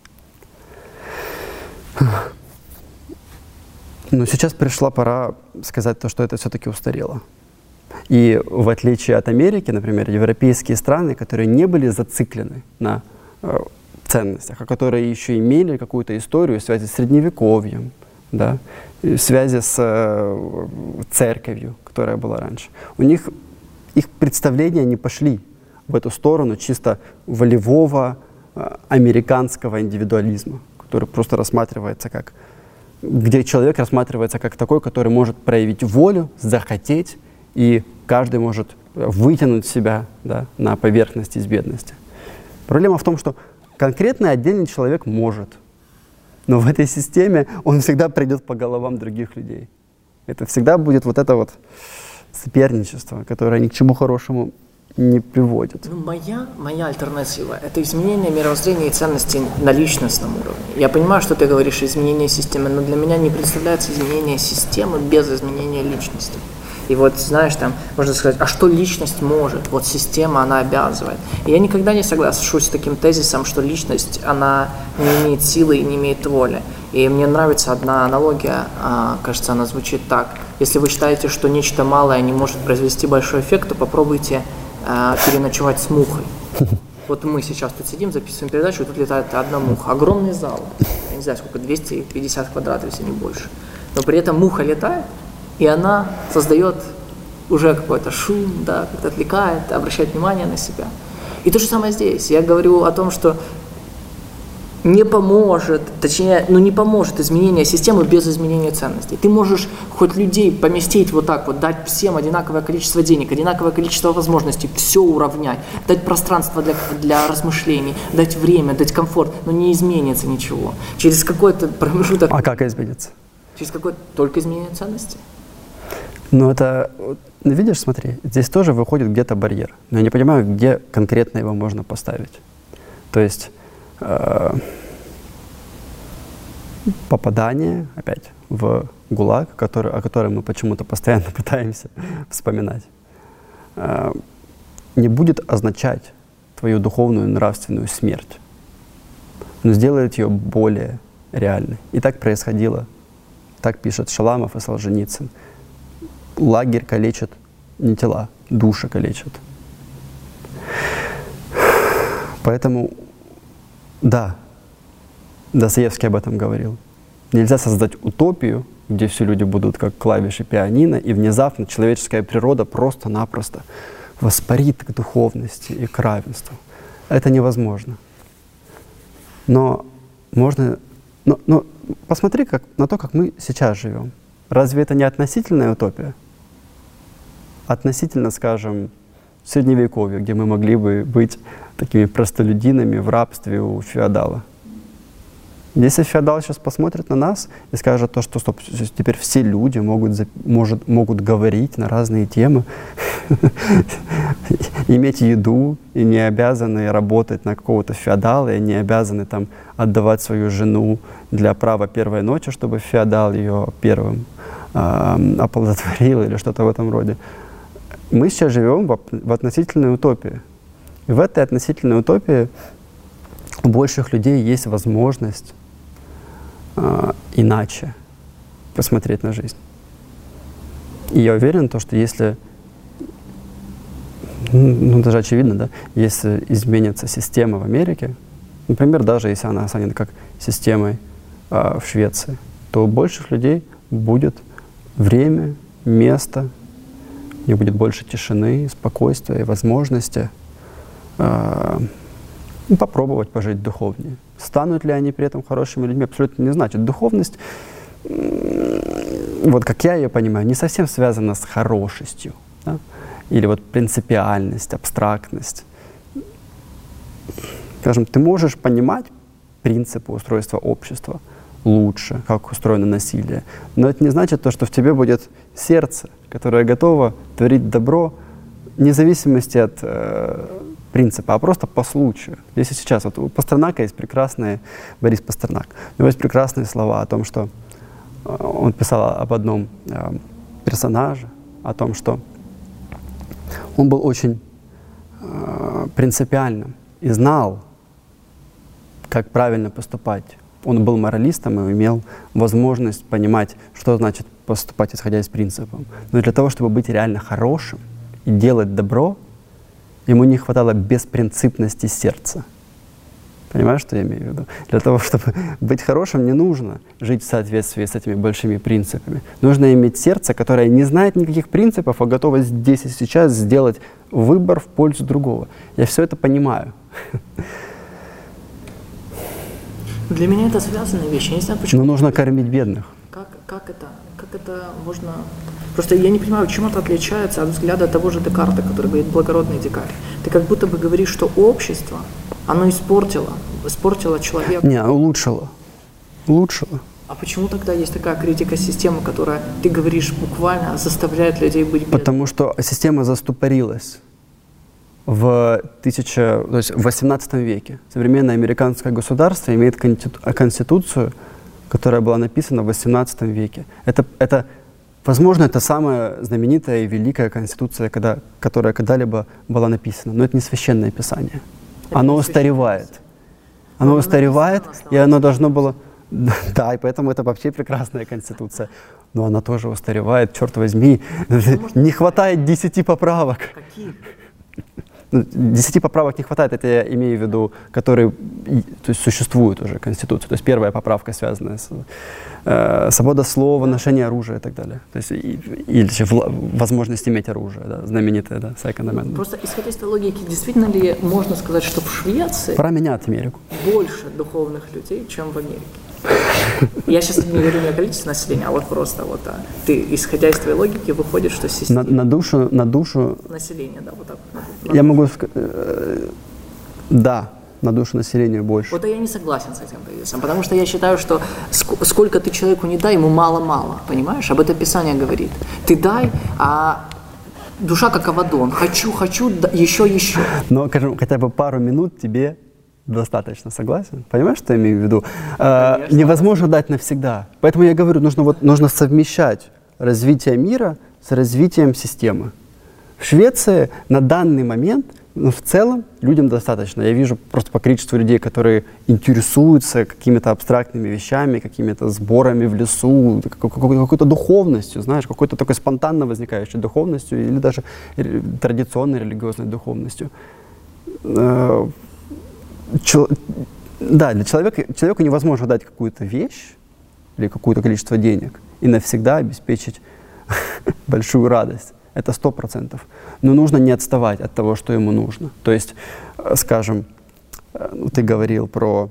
Но сейчас пришла пора сказать то, что это все-таки устарело. И в отличие от Америки, например, европейские страны, которые не были зациклены на ценностях, а которые еще имели какую-то историю в связи с Средневековьем, да, в связи с церковью, которая была раньше, у них их представления не пошли в эту сторону чисто волевого американского индивидуализма, который просто рассматривается как, где человек рассматривается как такой, который может проявить волю, захотеть, и каждый может вытянуть себя, да, на поверхность из бедности. Проблема в том, что конкретный отдельный человек может, но в этой системе он всегда придет по головам других людей. Это всегда будет вот это вот соперничество, которое ни к чему хорошему не приводит. Ну, моя альтернатива – это изменение мировоззрения и ценностей на личностном уровне. Я понимаю, что ты говоришь изменение системы, но для меня не представляется изменение системы без изменения личности. И вот, знаешь, там можно сказать, а что личность может? Вот система, она обязывает. И я никогда не соглашусь с таким тезисом, что личность, она не имеет силы и не имеет воли. И мне нравится одна аналогия, кажется, она звучит так. Если вы считаете, что нечто малое не может произвести большой эффект, то попробуйте переночевать с мухой. Вот мы сейчас тут сидим, записываем передачу, и тут летает одна муха. Огромный зал, я не знаю сколько, 250 квадратов, если не больше. Но при этом муха летает, и она создает уже какой-то шум, да, как-то отвлекает, обращает внимание на себя. И то же самое здесь. Я говорю о том, что не поможет, точнее, не поможет изменение системы без изменения ценностей. Ты можешь хоть людей поместить вот так вот, дать всем одинаковое количество денег, одинаковое количество возможностей, все уравнять, дать пространство для размышлений, дать время, дать комфорт, но не изменится ничего. Через какой-то промежуток... А как изменится? Через какое-то только изменение ценностей. Ну это, видишь, смотри, здесь тоже выходит где-то барьер. Но я не понимаю, где конкретно его можно поставить. То есть попадание, опять, в ГУЛАГ, о котором мы почему-то постоянно пытаемся вспоминать, не будет означать твою духовную и нравственную смерть, но сделает ее более реальной. И так происходило. Так пишет Шаламов и Солженицын. Лагерь калечит не тела, души калечит. Поэтому, да, Достоевский об этом говорил. Нельзя создать утопию, где все люди будут как клавиши пианино, и внезапно человеческая природа просто-напросто воспарит к духовности и к равенству. Это невозможно. Но можно... Но посмотри на то, как мы сейчас живем. Разве это не относительная утопия? Относительно, скажем, Средневековья, где мы могли бы быть такими простолюдинами в рабстве у феодала. Если феодал сейчас посмотрит на нас и скажет то, что стоп, теперь все люди могут говорить на разные темы, иметь еду, и не обязаны работать на какого-то феодала, и не обязаны там отдавать свою жену для права первой ночи, чтобы феодал ее первым оплодотворил или что-то в этом роде. Мы сейчас живем в относительной утопии. И в этой относительной утопии у больших людей есть возможность иначе посмотреть на жизнь. И я уверен, что если, даже очевидно, да, если изменится система в Америке, например, даже если она станет как системой в Швеции, то у больших людей будет время, место, у них будет больше тишины, спокойствия и возможности попробовать пожить духовнее. Станут ли они при этом хорошими людьми, абсолютно не значит. Духовность, вот как я ее понимаю, не совсем связана с хорошестью, да? Или вот принципиальность, абстрактность. Скажем, ты можешь понимать принципы устройства общества лучше, как устроено насилие, но это не значит то, что в тебе будет сердце, которое готово творить добро, вне зависимости от принципа, а просто по случаю. Если сейчас, вот у Пастернака есть прекрасные, Борис Пастернак, у него есть прекрасные слова о том, что он писал об одном персонаже, о том, что он был очень принципиальным и знал, как правильно поступать. Он был моралистом и имел возможность понимать, что значит поступать, исходя из принципов. Но для того, чтобы быть реально хорошим и делать добро, ему не хватало беспринципности сердца. Понимаешь, что я имею в виду? Для того, чтобы быть хорошим, не нужно жить в соответствии с этими большими принципами. Нужно иметь сердце, которое не знает никаких принципов, а готово здесь и сейчас сделать выбор в пользу другого. Я все это понимаю. Для меня это связанные вещи. Я не знаю, почему. Но нужно кормить бедных. Как это можно... Просто я не понимаю, чем это отличается от взгляда того же Декарта, который говорит «благородный дикарь». Ты как будто бы говоришь, что общество, оно испортило человека. Не, улучшило. А почему тогда есть такая критика системы, которая, ты говоришь, буквально заставляет людей быть бедными? Потому что система застопорилась в 18 веке. Современное американское государство имеет конституцию, которая была написана в 18 веке. Возможно, это самая знаменитая и великая конституция, которая когда-либо была написана. Но это не священное писание. Оно устаревает. Оно устаревает, и оно должно было... Да, и поэтому это вообще прекрасная конституция. Но она тоже устаревает, черт возьми. Не хватает 10 поправок. Каких? 10 поправок не хватает, это я имею в виду, которые существуют уже Конституция. То есть первая поправка, связанная с свобода слова, ношение оружия и так далее. То есть или возможность иметь оружие, да, знаменитая, да, Second Amendment. Просто исходя из этой логики, действительно ли можно сказать, что в Швеции пора менять Америку. Больше духовных людей, чем в Америке? Я сейчас не говорю не о количестве населения, а вот просто ты, исходя из твоей логики, выходит, что система... На душу... Население, да, вот так. Я могу сказать... Да, на душу населения больше. Вот я не согласен с этим тезисом, потому что я считаю, что сколько ты человеку не дай, ему мало-мало, понимаешь? Об этом Писание говорит. Ты дай, а душа как Авадон. Хочу, еще. Но, скажем, хотя бы пару минут тебе достаточно, согласен? Понимаешь, что я имею в виду? Невозможно дать навсегда. Поэтому я говорю, нужно совмещать развитие мира с развитием системы. В Швеции на данный момент, в целом, людям достаточно. Я вижу просто по количеству людей, которые интересуются какими-то абстрактными вещами, какими-то сборами в лесу, какой-то духовностью, знаешь, какой-то такой спонтанно возникающей духовностью или даже традиционной религиозной духовностью. Да, для человеку невозможно дать какую-то вещь или какое-то количество денег и навсегда обеспечить большую радость. Это 100%. Но нужно не отставать от того, что ему нужно. То есть, скажем, ты говорил про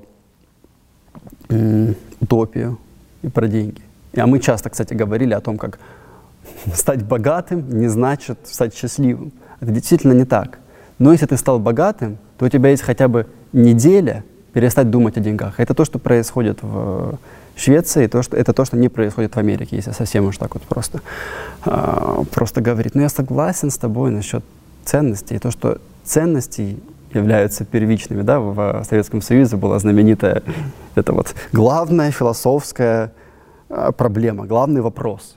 утопию и про деньги. А мы часто, кстати, говорили о том, как стать богатым не значит стать счастливым. Это действительно не так. Но если ты стал богатым, то у тебя есть хотя бы неделя перестать думать о деньгах. Это то, что происходит в Швеции, это то, что не происходит в Америке, если совсем уж так вот просто говорить. Но я согласен с тобой насчет ценностей. И то, что ценности являются первичными. Да? В Советском Союзе была знаменитая это вот главная философская проблема, главный вопрос.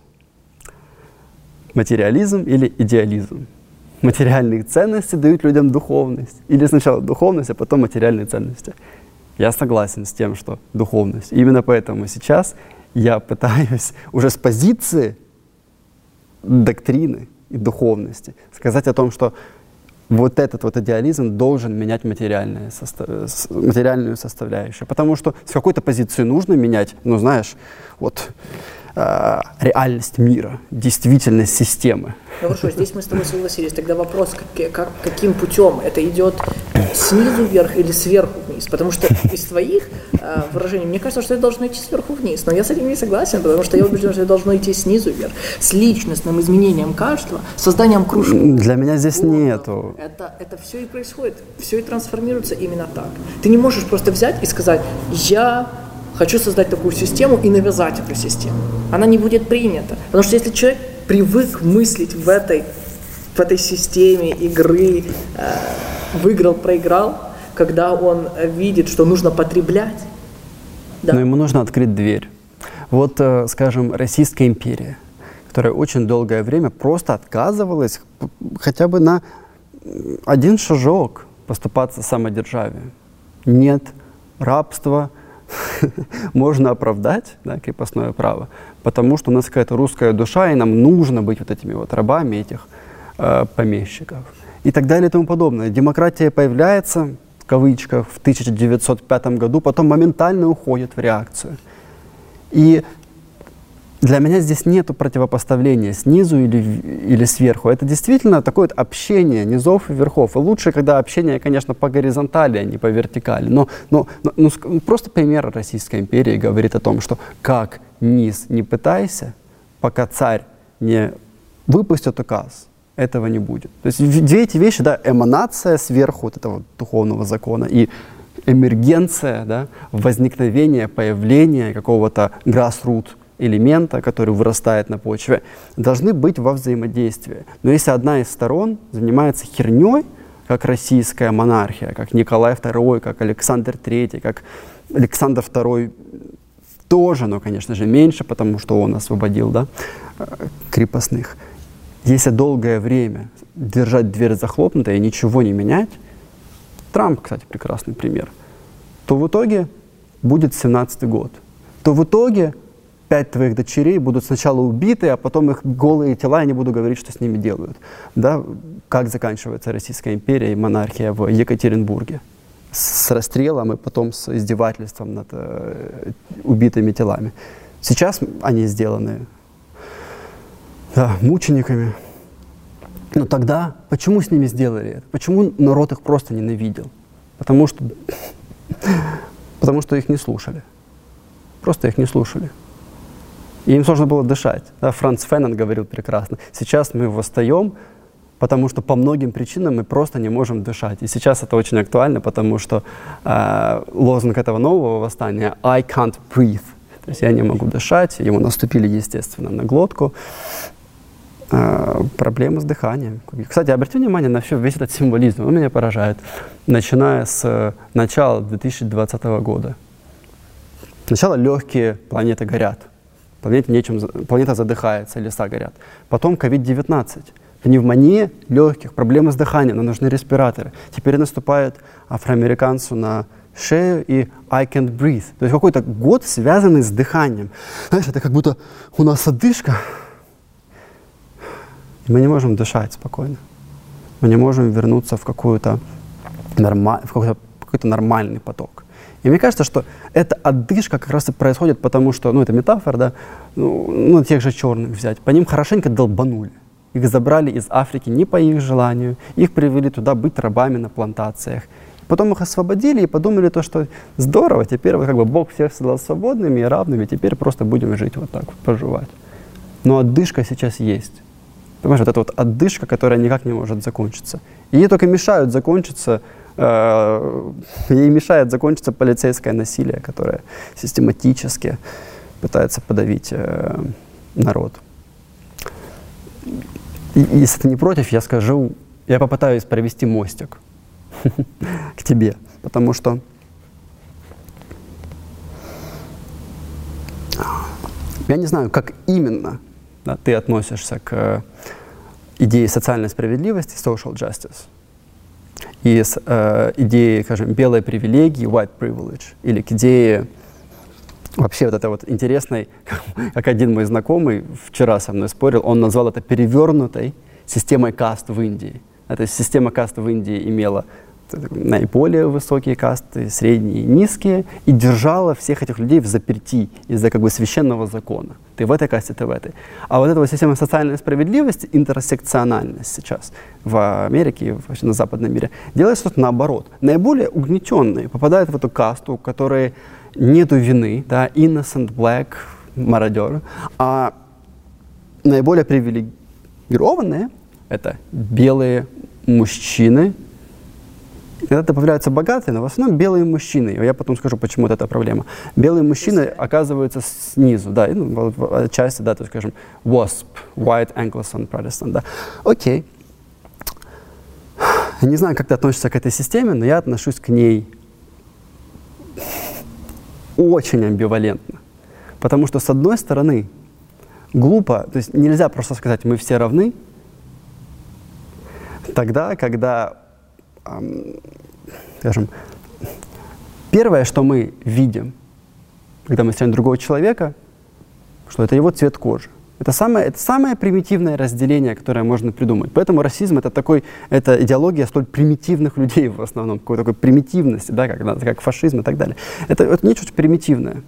Материализм или идеализм? Материальные ценности дают людям духовность. Или сначала духовность, а потом материальные ценности. Я согласен с тем, что духовность. И именно поэтому сейчас я пытаюсь уже с позиции доктрины и духовности сказать о том, что вот этот вот идеализм должен менять материальную составляющую. Потому что с какой-то позиции нужно менять, ну знаешь, вот реальность мира, действительность системы. Ну хорошо, здесь мы с тобой согласились. Тогда вопрос, каким путем это идет снизу вверх или сверху вниз? Потому что из твоих выражений мне кажется, что это должно идти сверху вниз. Но я с этим не согласен, потому что я убежден, что это должно идти снизу вверх. С личностным изменением каждого, созданием кружков. Для меня здесь нету. Это все и происходит, все и трансформируется именно так. Ты не можешь просто взять и сказать: я хочу создать такую систему и навязать эту систему. Она не будет принята. Потому что если человек привык мыслить в этой системе игры, выиграл, проиграл, когда он видит, что нужно потреблять. Да. Но ему нужно открыть дверь. Вот, скажем, Российская империя, которая очень долгое время просто отказывалась хотя бы на один шажок поступаться самодержавием. Нет рабства, можно оправдать, да, крепостное право, потому что у нас какая-то русская душа, и нам нужно быть вот этими вот рабами этих помещиков. И так далее и тому подобное. Демократия появляется, в кавычках, в 1905 году, потом моментально уходит в реакцию. И для меня здесь нет противопоставления снизу или сверху. Это действительно такое вот общение низов и верхов. И лучше, когда общение, конечно, по горизонтали, а не по вертикали. Но просто пример Российской империи говорит о том, что как низ не пытайся, пока царь не выпустит указ, этого не будет. То есть две эти вещи, да, эманация сверху вот этого духовного закона и эмергенция, да, возникновение, появление какого-то grassroot элемента, который вырастает на почве, должны быть во взаимодействии. Но если одна из сторон занимается херней, как российская монархия, как Николай II, как Александр III, как Александр II тоже, но, конечно же, меньше, потому что он освободил, да, крепостных. Если долгое время держать дверь захлопнутой и ничего не менять, Трамп, кстати, прекрасный пример, то в итоге будет 17-й год. То в итоге 5 твоих дочерей будут сначала убиты, а потом их голые тела, я не буду говорить, что с ними делают. Да? Как заканчивается Российская империя и монархия в Екатеринбурге. С расстрелом и потом с издевательством над убитыми телами. Сейчас они сделаны, да, мучениками. Но тогда почему с ними сделали это? Почему народ их просто ненавидел? Потому что их не слушали. Просто их не слушали. И им сложно было дышать. Да, Франц Феннон говорил прекрасно. Сейчас мы восстаем, потому что по многим причинам мы просто не можем дышать. И сейчас это очень актуально, потому что лозунг этого нового восстания «I can't breathe». То есть я не могу дышать. Ему наступили, естественно, на глотку. Проблемы с дыханием. Кстати, обратите внимание на весь этот символизм. Он меня поражает. Начиная с начала 2020 года. Сначала легкие планеты горят. Планета задыхается, леса горят. Потом COVID-19. Пневмония легких, проблемы с дыханием, нам нужны респираторы. Теперь наступает афроамериканцу на шею и I can't breathe. То есть какой-то год, связанный с дыханием. Знаешь, это как будто у нас одышка, и мы не можем дышать спокойно. Мы не можем вернуться в какой-то нормальный поток. И мне кажется, что эта отдышка как раз и происходит, потому что, это метафора, да, тех же черных взять, по ним хорошенько долбанули. Их забрали из Африки не по их желанию, их привели туда быть рабами на плантациях. Потом их освободили и подумали то, что здорово, теперь Бог всех создал свободными и равными, теперь просто будем жить вот так, проживать. Но отдышка сейчас есть. Понимаешь, вот эта вот отдышка, которая никак не может закончиться. И ей только мешают закончиться ей мешает закончиться полицейское насилие, которое систематически пытается подавить народ. И если ты не против, я скажу, я попытаюсь провести мостик к тебе, потому что я не знаю, как именно ты относишься к идее социальной справедливости, social justice, и с идеей, скажем, белой привилегии, white privilege, или к идее вообще вот это вот интересной, как один мой знакомый вчера со мной спорил, он назвал это перевернутой системой каст в Индии. То есть система каст в Индии имела наиболее высокие касты, средние и низкие, и держала всех этих людей в заперти из-за как бы священного закона. Ты в этой касте, ты в этой. А вот эта вот система социальной справедливости, интерсекциональность сейчас в Америке и вообще на западном мире, делает что-то наоборот. Наиболее угнетенные попадают в эту касту, у которой нету вины, да, innocent black мародер, а наиболее привилегированные — это белые мужчины. Иногда появляются богатые, но в основном белые мужчины. Я потом скажу, почему это проблема. Белые мужчины оказываются снизу, да, ну, отчасти, да, то есть, скажем, WASP, White Anglophone Protestant, да. Окей. Я не знаю, как ты относишься к этой системе, но я отношусь к ней очень амбивалентно. Потому что, с одной стороны, глупо, то есть нельзя просто сказать, мы все равны, тогда, когда, скажем, первое, что мы видим, когда мы встречаем другого человека, что это его цвет кожи. Это самое примитивное разделение, которое можно придумать. Поэтому расизм — это идеология столь примитивных людей в основном, какой-то такой примитивности, да, как фашизм и так далее. Это нечто очень примитивное.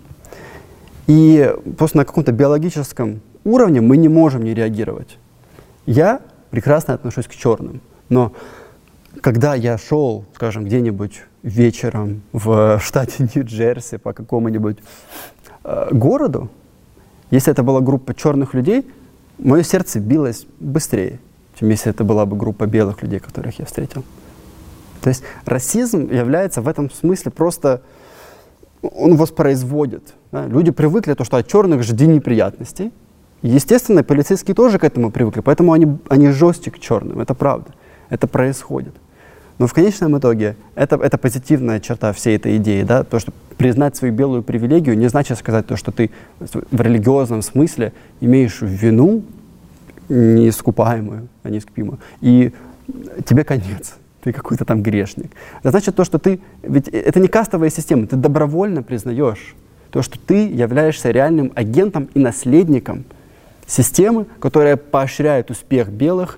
И просто на каком-то биологическом уровне мы не можем не реагировать. Я прекрасно отношусь к черным, но когда я шел, скажем, где-нибудь вечером в штате Нью-Джерси по какому-нибудь городу, если это была группа черных людей, мое сердце билось быстрее, чем если это была бы группа белых людей, которых я встретил. То есть расизм является в этом смысле просто, он воспроизводит. Да? Люди привыкли, что от черных жди неприятностей. Естественно, полицейские тоже к этому привыкли, поэтому они жестче к черным, это правда, это происходит. Но в конечном итоге это позитивная черта всей этой идеи, да, то, что признать свою белую привилегию не значит сказать то, что ты в религиозном смысле имеешь вину неискупаемую, а неискупимую, и тебе конец, ты какой-то там грешник. Это значит то, что ведь это не кастовая система, ты добровольно признаешь то, что ты являешься реальным агентом и наследником системы, которая поощряет успех белых,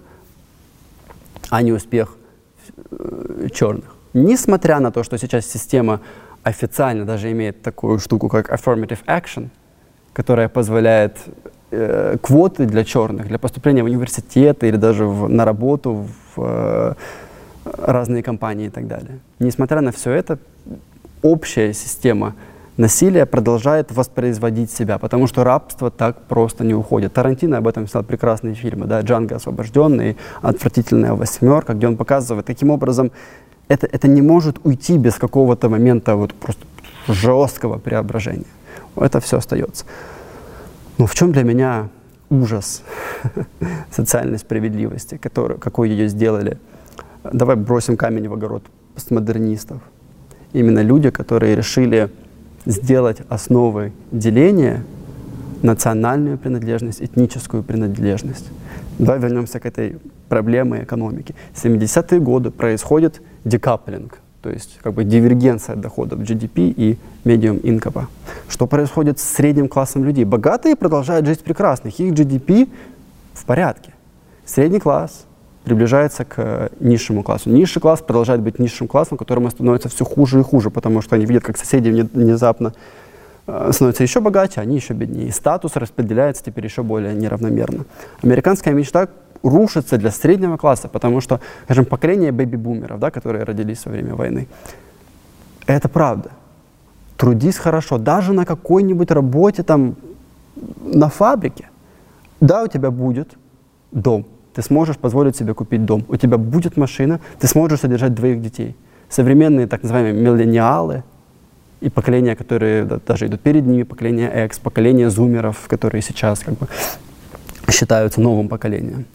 а не успех черных. Несмотря на то, что сейчас система официально даже имеет такую штуку, как affirmative action, которая позволяет квоты для черных, для поступления в университеты или даже на работу в разные компании и так далее. Несмотря на все это, общая система насилия продолжает воспроизводить себя, потому что рабство так просто не уходит. Тарантино об этом снял прекрасные фильмы, да, «Джанго освобожденный», «Отвратительная восьмерка», где он показывает, каким образом это не может уйти без какого-то момента вот просто жесткого преображения. Это все остается. Но в чем для меня ужас социальной справедливости, какой ее сделали? Давай бросим камень в огород постмодернистов. Именно люди, которые решили сделать основой деления национальную принадлежность, этническую принадлежность. Давай вернемся к этой проблеме экономики. В 70-е годы происходит декаплинг, то есть как бы дивергенция доходов GDP и medium income. Что происходит с средним классом людей? Богатые продолжают жить прекрасно, их GDP в порядке. Средний класс приближается к низшему классу. Низший класс продолжает быть низшим классом, которому становится все хуже и хуже, потому что они видят, как соседи внезапно становятся еще богаче, они еще беднее. И статус распределяется теперь еще более неравномерно. Американская мечта рушится для среднего класса, потому что, скажем, поколение бэби-бумеров, да, которые родились во время войны, это правда. Трудись хорошо, даже на какой-нибудь работе, там, на фабрике. Да, у тебя будет дом. Ты сможешь позволить себе купить дом. У тебя будет машина, ты сможешь содержать 2 детей. современные так называемые миллениалы и поколения, которые даже идут перед ними, поколение X, поколение зумеров, которые сейчас как бы считаются новым поколением.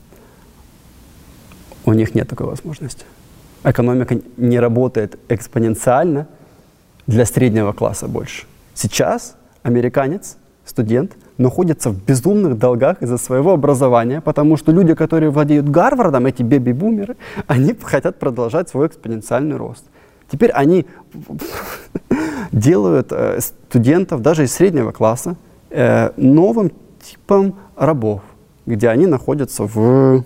У них нет такой возможности. Экономика не работает экспоненциально для среднего класса больше. Сейчас американец, студент, находится в безумных долгах из-за своего образования, потому что люди, которые владеют Гарвардом, эти бэби-бумеры, они хотят продолжать свой экспоненциальный рост. Теперь они делают студентов даже из среднего класса новым типом рабов, где они находятся в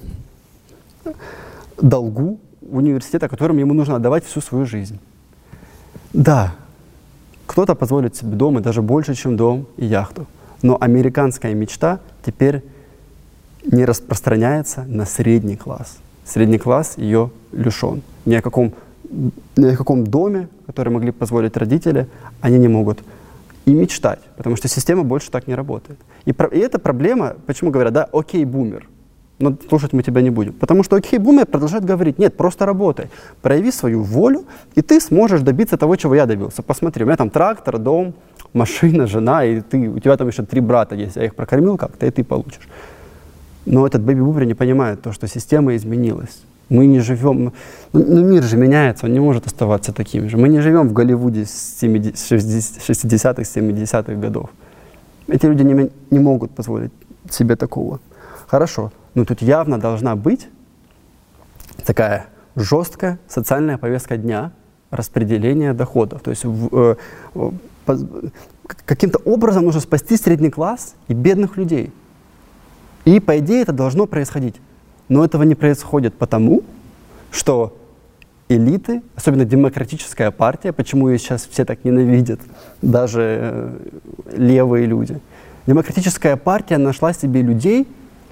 долгу университета, которым ему нужно отдавать всю свою жизнь. Да, кто-то позволит себе дом, и даже больше, чем дом и яхту. Но американская мечта теперь не распространяется на средний класс. Средний класс ее лишен. Ни о каком доме, который могли позволить родители, они не могут и мечтать, потому что система больше так не работает. И эта проблема, почему говорят, да, окей, бумер, но слушать мы тебя не будем. Потому что окей, бумер продолжает говорить, нет, просто работай, прояви свою волю, и ты сможешь добиться того, чего я добился. Посмотри, у меня там трактор, дом, машина, жена, и у тебя там еще 3 брата есть, я их прокормил как-то, и ты получишь. Но этот бэби-бумер не понимает то, что система изменилась. Мы не живем, мир же меняется, он не может оставаться таким же. Мы не живем в Голливуде с 60-х, 70-х годов. Эти люди не могут позволить себе такого. Хорошо, но тут явно должна быть такая жесткая социальная повестка дня распределения доходов. То есть каким-то образом нужно спасти средний класс и бедных людей. И по идее это должно происходить. Но этого не происходит потому, что элиты, особенно демократическая партия, почему ее сейчас все так ненавидят, даже левые люди, демократическая партия нашла себе людей,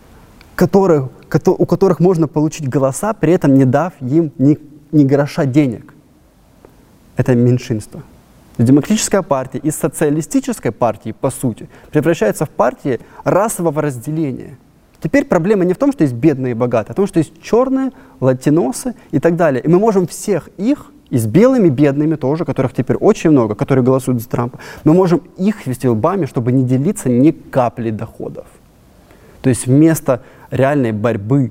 у которых можно получить голоса, при этом не дав им ни гроша денег. Это меньшинство. Демократическая партия из социалистической партии, по сути, превращается в партию расового разделения. Теперь проблема не в том, что есть бедные и богатые, а в том, что есть черные, латиносы и так далее. И мы можем всех их, и с белыми бедными тоже, которых теперь очень много, которые голосуют за Трампа, мы можем их вести лбами, чтобы не делиться ни капли доходов. То есть вместо реальной борьбы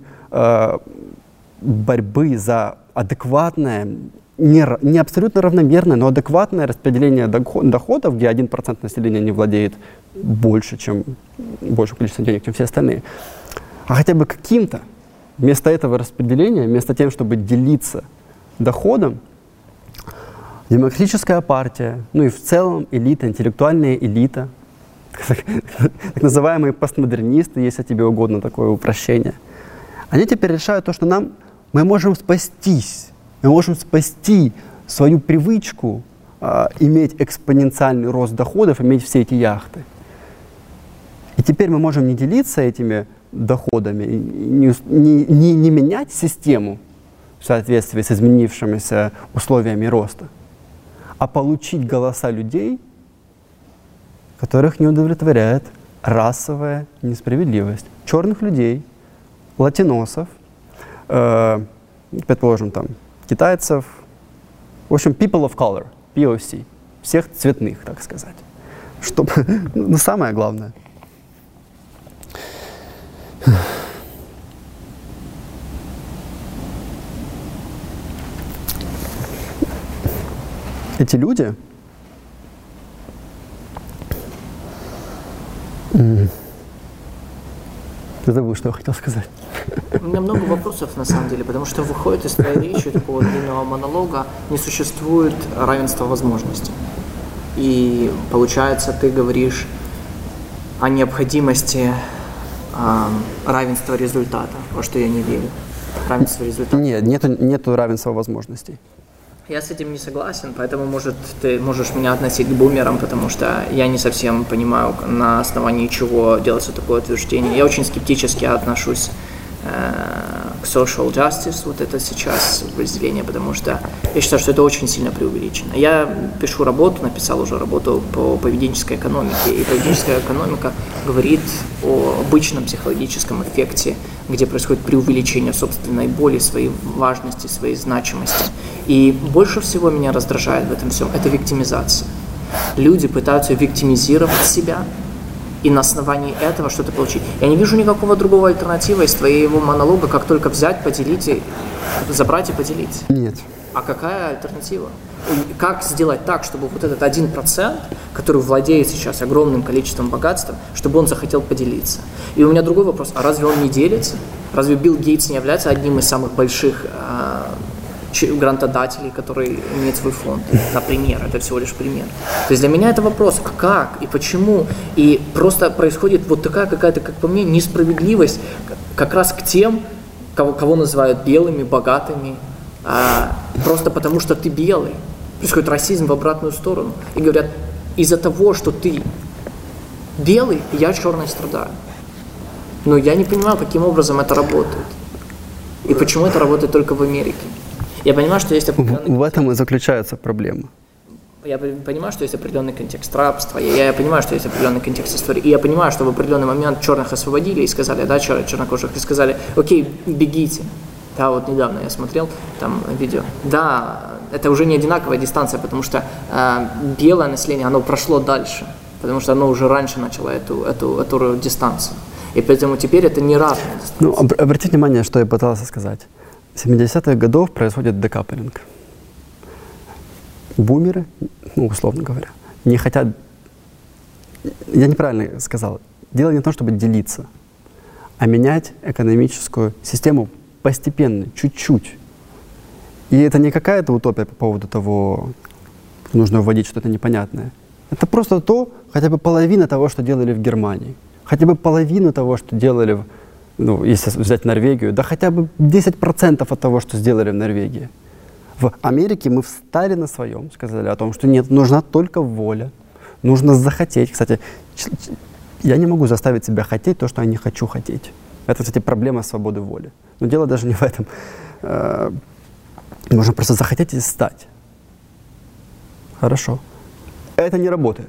за адекватное, не абсолютно равномерное, но адекватное распределение доходов, где 1% населения не владеет большим количеством денег, чем все остальные, а хотя бы каким-то, вместо этого распределения, вместо того, чтобы делиться доходом, демократическая партия, ну и в целом элита, интеллектуальная элита, так называемые постмодернисты, если тебе угодно такое упрощение, они теперь решают то, что мы можем спастись. Мы можем спасти свою привычку иметь экспоненциальный рост доходов, иметь все эти яхты. И теперь мы можем не делиться этими доходами, не менять систему в соответствии с изменившимися условиями роста, а получить голоса людей, которых не удовлетворяет расовая несправедливость. Черных людей, латиносов, предположим, там, китайцев, в общем, people of color, POC, всех цветных, так сказать. Чтобы, самое главное. Эти люди забыл, что я хотел сказать. У меня много вопросов, на самом деле, потому что выходит из твоей речи, такого длинного монолога, не существует равенства возможностей. И получается, ты говоришь о необходимости равенства результата, во что я не верю. Равенство результата. Нет, нету равенства возможностей. Я с этим не согласен, поэтому, может, ты можешь меня относить к бумерам, потому что я не совсем понимаю, на основании чего делается такое утверждение. Я очень скептически отношусь social justice, вот это сейчас разделение, потому что я считаю, что это очень сильно преувеличено. Я пишу работу, написал уже работу по поведенческой экономике, и поведенческая экономика говорит о обычном психологическом эффекте, где происходит преувеличение собственной боли, своей важности, своей значимости. И больше всего меня раздражает в этом всем – это виктимизация. Люди пытаются виктимизировать себя и на основании этого что-то получить. Я не вижу никакого другого альтернативы из твоего монолога, как только взять, поделить, забрать и поделить. Нет. А какая альтернатива? Как сделать так, чтобы вот этот 1%, который владеет сейчас огромным количеством богатства, чтобы он захотел поделиться? И у меня другой вопрос. А разве он не делится? Разве Билл Гейтс не является одним из самых больших грантодателей, который имеет свой фонд? Например, это всего лишь пример. То есть для меня это вопрос, как и почему. И просто происходит вот такая какая-то, как по мне, несправедливость как раз к тем, кого называют белыми, богатыми, просто потому что ты белый. Происходит расизм в обратную сторону. И говорят, из-за того, что ты белый, я черный страдаю. Но я не понимаю, каким образом это работает. И почему это работает только в Америке. Я понимаю, что есть определенный... В этом и заключается проблема. Я понимаю, что есть определенный контекст рабства, я понимаю, что есть определенный контекст истории, и я понимаю, что в определенный момент черных освободили и сказали, да, чернокожих, и сказали, окей, бегите. Да, вот недавно я смотрел там видео. Да, это уже не одинаковая дистанция, потому что белое население, оно прошло дальше, потому что оно уже раньше начало эту дистанцию. И поэтому теперь это не равная дистанция. Ну, обратите внимание, что я пытался сказать. В 70-х годов происходит декаплинг. Бумеры, ну, условно говоря, не хотят... Я неправильно сказал. Дело не в том, чтобы делиться, а менять экономическую систему постепенно, чуть-чуть. И это не какая-то утопия по поводу того, что нужно вводить что-то непонятное. Это просто хотя бы половина того, что делали в Германии. Хотя бы половину того, что делали, ну, если взять Норвегию, да хотя бы 10% от того, что сделали в Норвегии. В Америке мы встали на своем, сказали о том, что нет, нужна только воля, нужно захотеть. Кстати, я не могу заставить себя хотеть то, что я не хочу хотеть. Это, кстати, проблема свободы воли. Но дело даже не в этом. Нужно просто захотеть и стать. Хорошо. Это не работает.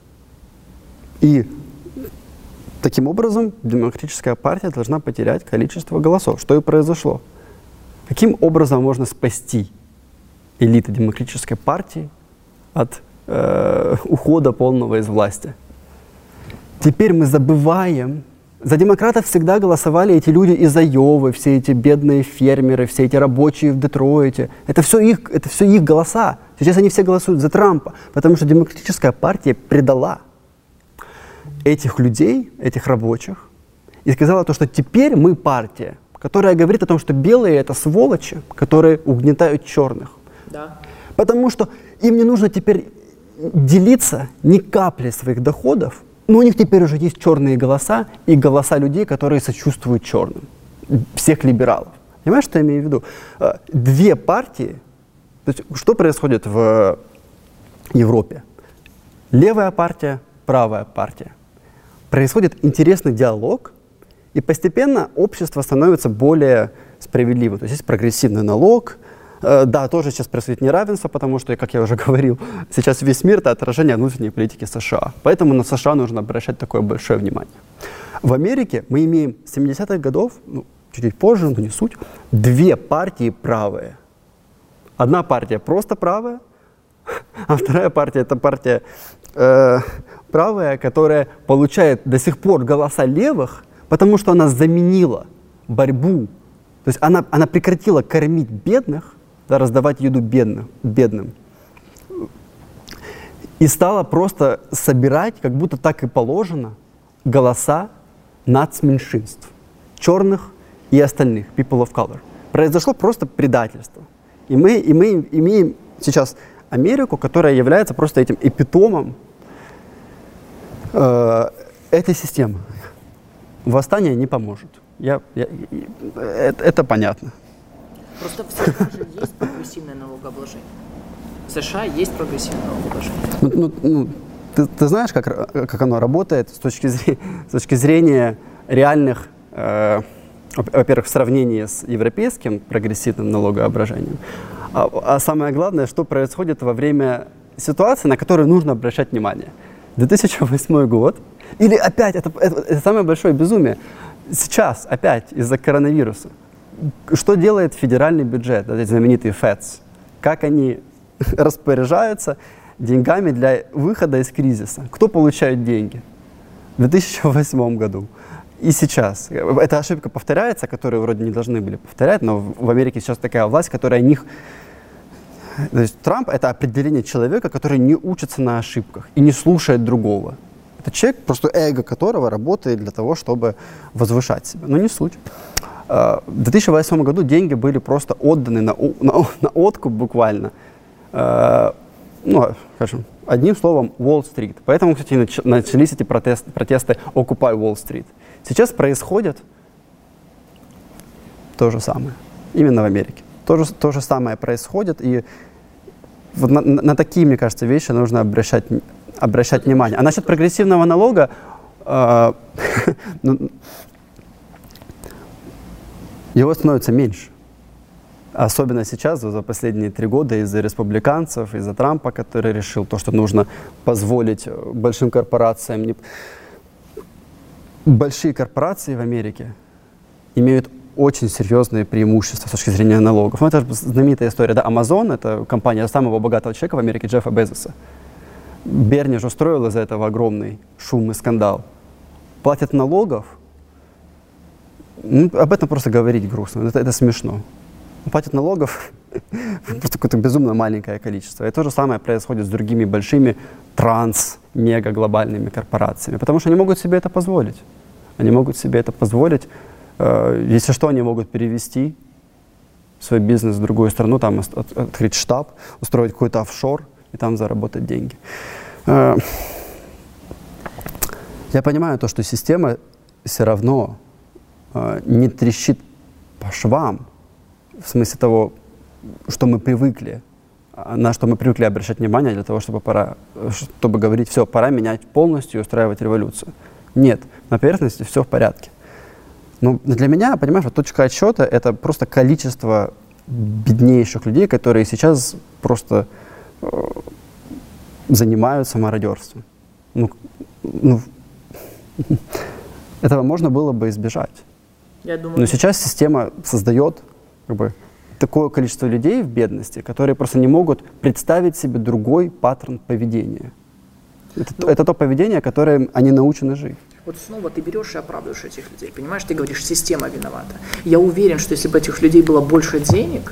И таким образом демократическая партия должна потерять количество голосов, что и произошло. Каким образом можно спасти элиты демократической партии от ухода полного из власти? Теперь мы забываем. За демократов всегда голосовали эти люди из Айовы, все эти бедные фермеры, все эти рабочие в Детройте. Это все их голоса. Сейчас они все голосуют за Трампа, потому что демократическая партия предала этих людей, этих рабочих, и сказала то, что теперь мы партия, которая говорит о том, что белые — это сволочи, которые угнетают черных. Да. Потому что им не нужно теперь делиться ни капли своих доходов, но у них теперь уже есть черные голоса и голоса людей, которые сочувствуют черным. Всех либералов. Понимаешь, что я имею в виду? Две партии. То есть, что происходит в Европе? Левая партия, правая партия. Происходит интересный диалог, и постепенно общество становится более справедливым. То есть есть прогрессивный налог. Да, тоже сейчас происходит неравенство, потому что, как я уже говорил, сейчас весь мир — это отражение внутренней политики США. Поэтому на США нужно обращать такое большое внимание. В Америке мы имеем с 70-х годов, чуть позже, но не суть, две партии правые. Одна партия просто правая, а вторая партия — это партия правая, которая получает до сих пор голоса левых, потому что она заменила борьбу. То есть она прекратила кормить бедных, да, раздавать еду бедным. И стала просто собирать, как будто так и положено, голоса нацменьшинств, черных и остальных, people of color. Произошло просто предательство. И мы имеем сейчас Америку, которая является просто этим эпитомом этой системы. Восстание не поможет. Это понятно. Просто в США же есть прогрессивное налогообложение. В США есть прогрессивное налогообложение. Ты знаешь, как оно работает с точки зрения реальных во-первых, в сравнении с европейским прогрессивным налогообложением, а самое главное, что происходит во время ситуации, на которую нужно обращать внимание. 2008 год, или опять, это самое большое безумие, сейчас опять из-за коронавируса. Что делает федеральный бюджет, эти знаменитые ФЭДС? Как они распоряжаются деньгами для выхода из кризиса? Кто получает деньги? В 2008 году и сейчас. Эта ошибка повторяется, которую вроде не должны были повторять, но в Америке сейчас такая власть, которая них... То есть Трамп — это определение человека, который не учится на ошибках и не слушает другого. Это человек, просто эго которого работает для того, чтобы возвышать себя. Но не суть. В 2008 году деньги были просто отданы на откуп буквально. Скажем, одним словом, Уолл-стрит. Поэтому, кстати, начались эти протесты Occupy Wall-Street. Сейчас происходит то же самое. Именно в Америке. То же самое происходит. И вот на такие, мне кажется, вещи нужно обращать внимание. А насчет прогрессивного налога, его становится меньше. Особенно сейчас, за последние 3 года, из-за республиканцев, из-за Трампа, который решил то, что нужно позволить большим корпорациям. Большие корпорации в Америке имеют очень серьезные преимущества с точки зрения налогов. Ну, это же знаменитая история. Да? Amazon — это компания самого богатого человека в Америке, Джеффа Безоса. Берни же устроил из-за этого огромный шум и скандал. Платят налогов. Об этом просто говорить грустно. Это смешно. Платят налогов просто какое-то безумно маленькое количество. И то же самое происходит с другими большими мега-глобальными корпорациями, потому что они могут себе это позволить. Они могут себе это позволить. Если что, они могут перевести свой бизнес в другую страну, там открыть штаб, устроить какой-то офшор и там заработать деньги. Я понимаю то, что система все равно не трещит по швам, в смысле того, что мы привыкли, на что мы привыкли обращать внимание для того, чтобы говорить, все, пора менять полностью и устраивать революцию. Нет, на поверхности все в порядке. Но для меня, понимаешь, вот точка отсчета — это просто количество беднейших людей, которые сейчас просто занимаются мародерством. Этого можно было бы избежать. Я думаю, но сейчас система создает такое количество людей в бедности, которые просто не могут представить себе другой паттерн поведения. Это то поведение, которым они научены жить. Вот снова ты берешь и оправдываешь этих людей. Понимаешь, ты говоришь, система виновата. Я уверен, что если бы этих людей было больше денег,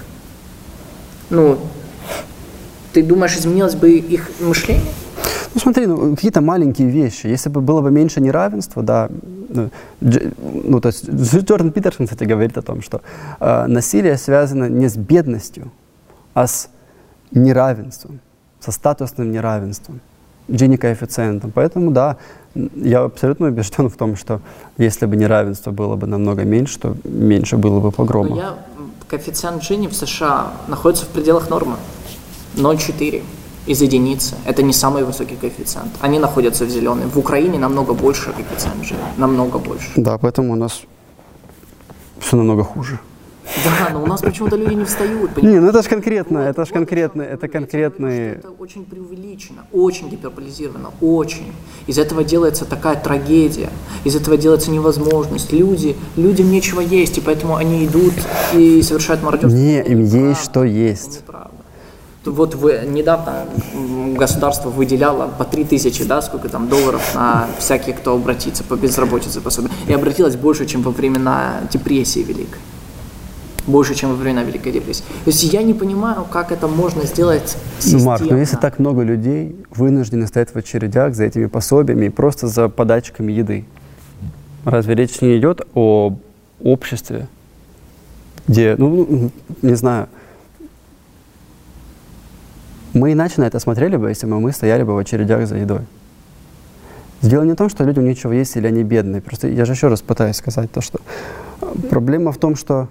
ты думаешь, изменилось бы их мышление? Ну смотри, какие-то маленькие вещи. Если бы было бы меньше неравенства, да. То есть Джордан Питерсон, кстати, говорит о том, что насилие связано не с бедностью, а с неравенством, со статусным неравенством, Джини-коэффициентом. Поэтому, да, я абсолютно убежден в том, что если бы неравенство было бы намного меньше, то меньше было бы погромов. Коэффициент Джини в США находится в пределах нормы. 0,4 из единицы. Это не самый высокий коэффициент. Они находятся в зеленой. В Украине намного больше коэффициент Джини. Намного больше. Да, поэтому у нас все намного хуже. Да, но у нас почему-то люди не встают. Не, это же конкретно, это конкретные... Это очень преувеличено, очень гиперболизировано, очень. Из этого делается такая трагедия, из этого делается невозможность. Людям нечего есть, и поэтому они идут и совершают мародерство. Не, им есть что есть. Это неправда. Вот недавно государство выделяло по 3000, да, сколько там долларов на всяких, кто обратится по безработице пособия. И обратилось больше, чем во времена депрессии великой. Больше, чем во времена Великой депрессии. То есть я не понимаю, как это можно сделать системно. Марк, если так много людей вынуждены стоять в очередях за этими пособиями и просто за подачками еды, разве речь не идет о обществе, где, не знаю, мы иначе на это смотрели бы, если бы мы стояли бы в очередях за едой. Дело не в том, что людям нечего есть или они бедные. Просто я же еще раз пытаюсь сказать то, что проблема в том, что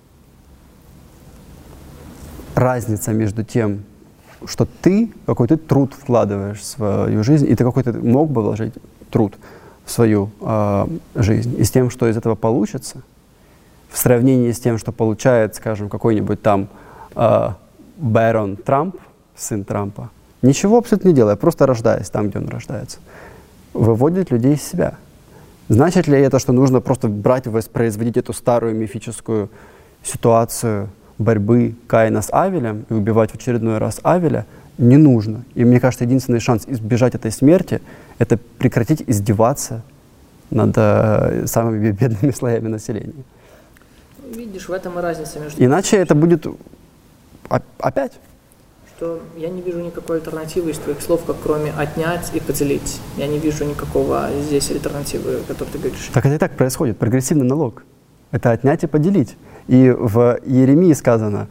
разница между тем, что какой ты труд вкладываешь в свою жизнь, и ты какой-то мог бы вложить труд в свою жизнь, и с тем, что из этого получится, в сравнении с тем, что получает, скажем, какой-нибудь там Бэрон Трамп, сын Трампа, ничего абсолютно не делая, просто рождаясь там, где он рождается, выводит людей из себя. Значит ли это, что нужно просто брать и воспроизводить эту старую мифическую ситуацию борьбы Каина с Авелем и убивать в очередной раз Авеля? Не нужно. И мне кажется, единственный шанс избежать этой смерти — это прекратить издеваться над самыми бедными слоями населения. Видишь, в этом и разница между... Иначе это будет опять. Что я не вижу никакой альтернативы из твоих слов, как кроме отнять и поделить. Я не вижу никакого здесь альтернативы, о которой ты говоришь. Так это и так происходит. Прогрессивный налог. Это отнять и поделить. И в Иеремии сказано,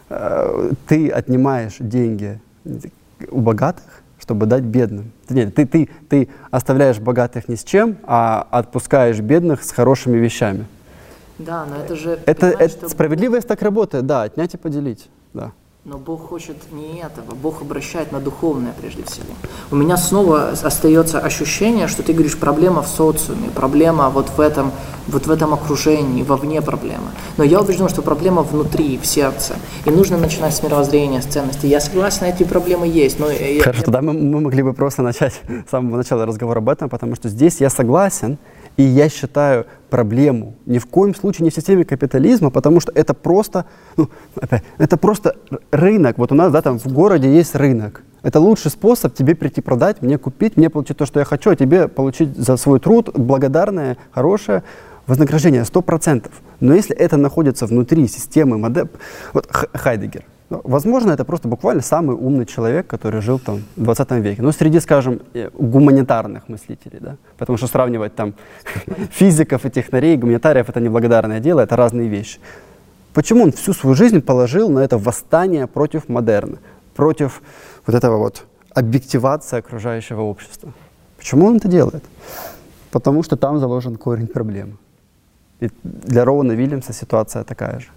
ты отнимаешь деньги у богатых, чтобы дать бедным. Нет, ты оставляешь богатых ни с чем, а отпускаешь бедных с хорошими вещами. Да, но это же... Это справедливость так работает, да, отнять и поделить, да. Но Бог хочет не этого, Бог обращает на духовное прежде всего. У меня снова остается ощущение, что ты говоришь, проблема в социуме, проблема вот в этом окружении, вовне проблема. Но я убежден, что проблема внутри, в сердце. И нужно начинать с мировоззрения, с ценностей. Я согласен, эти проблемы есть. Но Хорошо, тогда мы могли бы просто начать с самого начала разговора об этом, потому что здесь я согласен, и я считаю проблему ни в коем случае не в системе капитализма, потому что это просто, это просто рынок. Вот у нас, да, там в городе есть рынок. Это лучший способ тебе прийти продать, мне купить, мне получить то, что я хочу, а тебе получить за свой труд благодарное, хорошее вознаграждение, 100%. Но если это находится внутри системы модели, вот Хайдеггер, возможно, это просто буквально самый умный человек, который жил там в 20 веке. Но среди, скажем, гуманитарных мыслителей, да? Потому что сравнивать там физиков и технарей, гуманитариев — это неблагодарное дело, это разные вещи. Почему он всю свою жизнь положил на это восстание против модерна, против вот этого вот объективации окружающего общества? Почему он это делает? Потому что там заложен корень проблемы. И для Роуэна Вильямса ситуация такая же.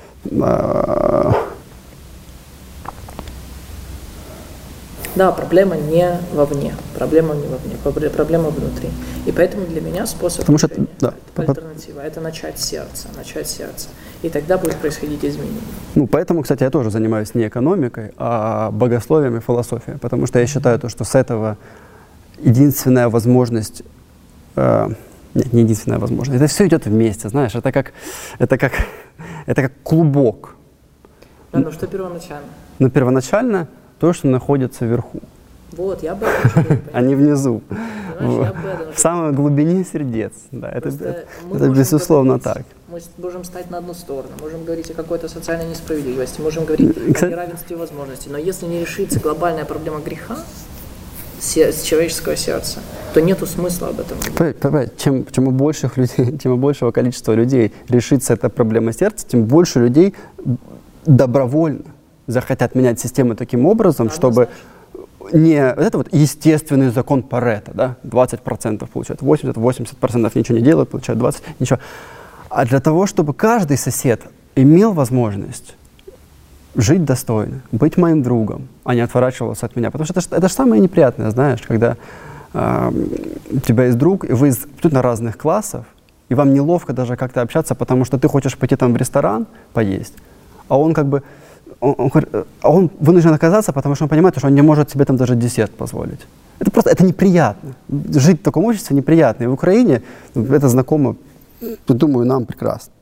Да, проблема не вовне, проблема проблема внутри. И поэтому для меня способ решения, альтернатива, это начать с сердца. И тогда будет происходить изменение. Ну, поэтому, кстати, я тоже занимаюсь не экономикой, а богословием и философией, потому что я считаю, что с этого единственная возможность, нет, не единственная возможность, это все идет вместе, знаешь, это как клубок. Да, ну что первоначально? Ну, первоначально то, что находится вверху. Вот, я об этом говорю, а не внизу. В самой глубине сердец. Да, это безусловно так. Мы можем стать на одну сторону, можем говорить о какой-то социальной несправедливости, можем говорить о неравенстве возможностей, но если не решится глобальная проблема греха с человеческого сердца, то нету смысла об этом говорить. Чем у большего количества людей решится эта проблема сердца, тем больше людей добровольно захотят менять систему таким образом, чтобы не это вот естественный закон Парето, да, 20% получают 80% ничего не делают, получают 20%, ничего. А для того, чтобы каждый сосед имел возможность жить достойно, быть моим другом, а не отворачивался от меня. Потому что это же самое неприятное, знаешь, когда у тебя есть друг, и вы абсолютно разных классов, и вам неловко даже как-то общаться, потому что ты хочешь пойти там в ресторан поесть, а он как бы он вынужден отказаться, потому что он понимает, что он не может себе там даже десерт позволить. Это неприятно. Жить в таком обществе неприятно. И в Украине это знакомо, думаю, нам прекрасно.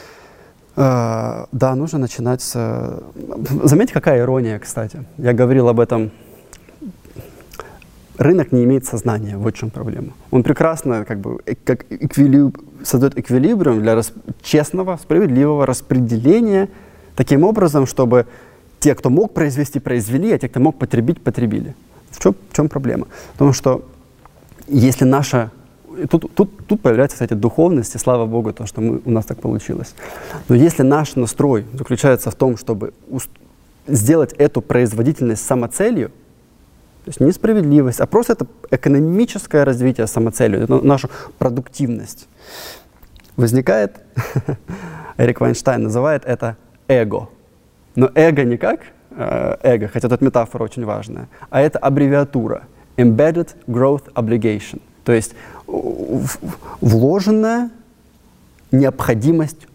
Да, нужно начинать с... Заметьте, какая ирония, кстати. Я говорил об этом. Рынок не имеет сознания, вот в чем проблема. Он прекрасно создает эквилибриум для честного, справедливого распределения таким образом, чтобы те, кто мог произвести, произвели, а те, кто мог потребить, потребили. В чем проблема? Потому что если наша... Тут появляется, кстати, духовность, и слава Богу, то, что у нас так получилось. Но если наш настрой заключается в том, чтобы сделать эту производительность самоцелью, то есть не справедливость, а просто это экономическое развитие самоцелью, это нашу продуктивность, возникает, Эрик Вайнштейн называет это эго. Но эго не как эго, хотя тут метафора очень важная, а это аббревиатура Embedded Growth Obligation, то есть вложенная необходимость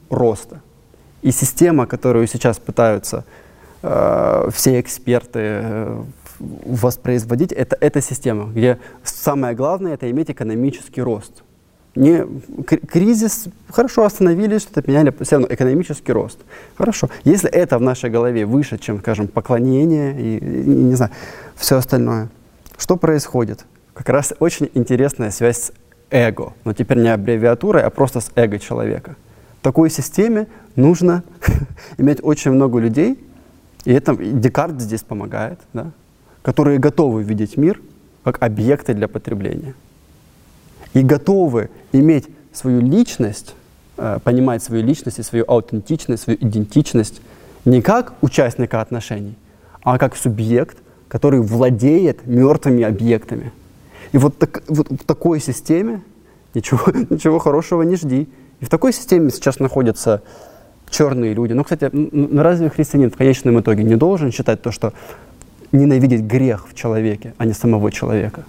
роста. И система, которую сейчас пытаются все эксперты воспроизводить, это эта система, где самое главное — это иметь экономический рост. Не кризис, хорошо, остановились, что-то меняли, все равно экономический рост. Хорошо. Если это в нашей голове выше, чем, скажем, поклонение и не знаю, все остальное, что происходит? Как раз очень интересная связь с эго. Но теперь не аббревиатурой, а просто с эго человека. В такой системе нужно иметь очень много людей, и это Декарт здесь помогает, да, которые готовы видеть мир как объекты для потребления. И готовы иметь свою личность, понимать свою личность и свою аутентичность, свою идентичность не как участника отношений, а как субъект, который владеет мертвыми объектами. И вот в такой системе ничего хорошего не жди. И в такой системе сейчас находятся черные люди. Ну, кстати, разве христианин в конечном итоге не должен считать то, что ненавидеть грех в человеке, а не самого человека?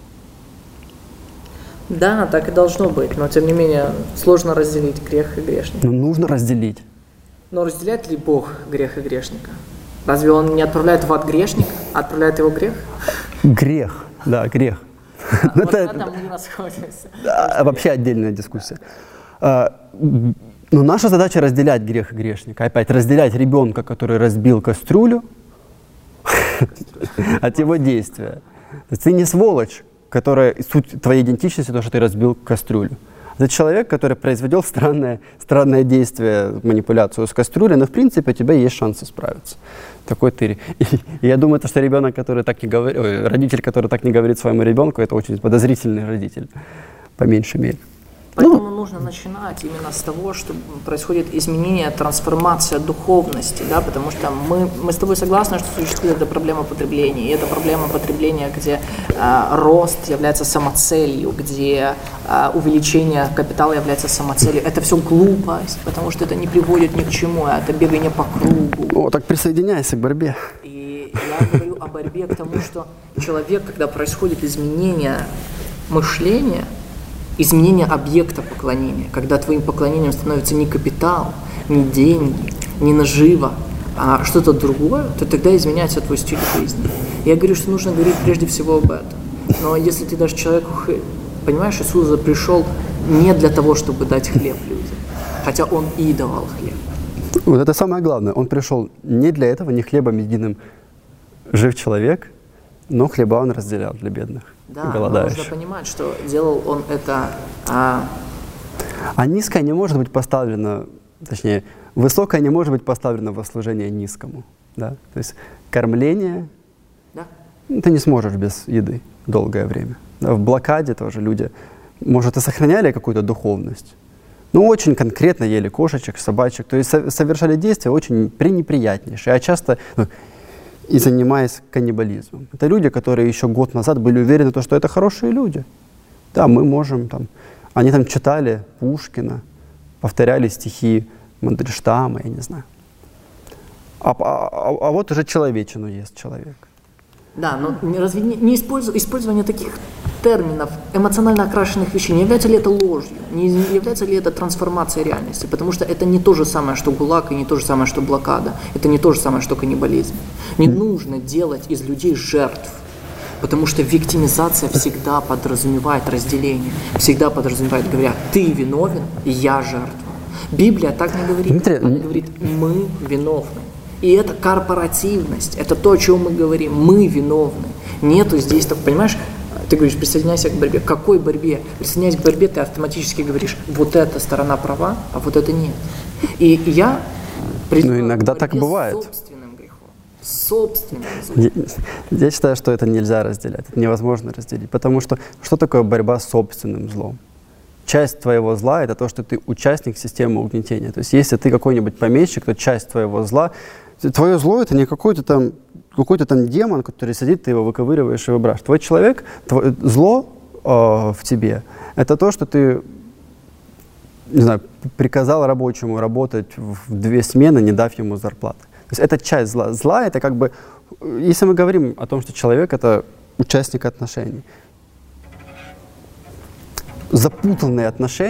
Да, так и должно быть, но тем не менее сложно разделить грех и грешника. Но нужно разделить. Но разделяет ли Бог грех и грешника? Разве Он не отправляет в ад грешника, а отправляет его грех? Грех, да, грех. Вот это мы не расходимся. Вообще отдельная дискуссия. Но наша задача разделять грех и грешника. Опять разделять ребенка, который разбил кастрюлю, от его действия. Ты не сволочь, которая суть твоей идентичности, то, что ты разбил кастрюлю. Это человек, который произвел странное действие, манипуляцию с кастрюлей, но в принципе у тебя есть шансы справиться. Такой ты. И я думаю, что ребенок, который так не говорит, родитель, который так не говорит своему ребенку, это очень подозрительный родитель, по меньшей мере. Поэтому нужно начинать именно с того, что происходит изменение, трансформация духовности, да, потому что мы с тобой согласны, что существует эта проблема потребления, и это проблема потребления, где рост является самоцелью, где увеличение капитала является самоцелью. Это все глупость, потому что это не приводит ни к чему, это бегание по кругу. О, так присоединяйся к борьбе. И я говорю о борьбе к тому, что человек, когда происходит изменение мышления, изменение объекта поклонения, когда твоим поклонением становится не капитал, не деньги, не нажива, а что-то другое, то тогда изменяется твой стиль жизни. Я говорю, что нужно говорить прежде всего об этом. Но если ты дашь человеку, понимаешь, Иисус пришел не для того, чтобы дать хлеб людям, хотя Он и давал хлеб. Вот это самое главное. Он пришел не для этого, не хлебом единым жив человек, но хлеба Он разделял для бедных. Да, но нужно понимать, что делал Он это... А низкое не может быть поставлено, точнее, высокое не может быть поставлено во служение низкому. Да? То есть кормление, да. Ты не сможешь без еды долгое время. Да? В блокаде тоже люди, может, и сохраняли какую-то духовность, но очень конкретно ели кошечек, собачек, то есть совершали действия очень пренеприятнейшие, а часто... и занимаясь каннибализмом. Это люди, которые еще год назад были уверены, что это хорошие люди. Да, мы можем там... Они там читали Пушкина, повторяли стихи Мандельштама, я не знаю. А вот уже человечину ест человек. Да, но разве не использование таких терминов, эмоционально окрашенных вещей, не является ли это ложью? Не является ли это трансформацией реальности? Потому что это не то же самое, что ГУЛАГ, и не то же самое, что блокада. Это не то же самое, что каннибализм. Не нужно делать из людей жертв, потому что виктимизация всегда подразумевает разделение, всегда подразумевает, говоря, ты виновен, я жертва. Библия так не говорит, Дмитрий, она говорит, мы виновны. И это корпоративность, это то, о чем мы говорим, мы виновны. Нету здесь, так, понимаешь, ты говоришь, присоединяйся к борьбе. К какой борьбе? Присоединяясь к борьбе, ты автоматически говоришь, вот эта сторона права, а вот это нет. И я призываю иногда так бывает. Собственным грехом, собственным злом. Я считаю, что это нельзя разделять, это невозможно разделить, потому что такое борьба с собственным злом? Часть твоего зла — это то, что ты участник системы угнетения. То есть если ты какой-нибудь помещик, то часть твоего зла, твое зло — это не какой-то там демон, который сидит, ты его выковыриваешь и выбрасываешь. Твой человек, зло в тебе — это то, что ты, не знаю, приказал рабочему работать в 2 смены, не дав ему зарплаты. То есть это часть зла. Зла — это как бы, если мы говорим о том, что человек — это участник отношений, запутанные отношения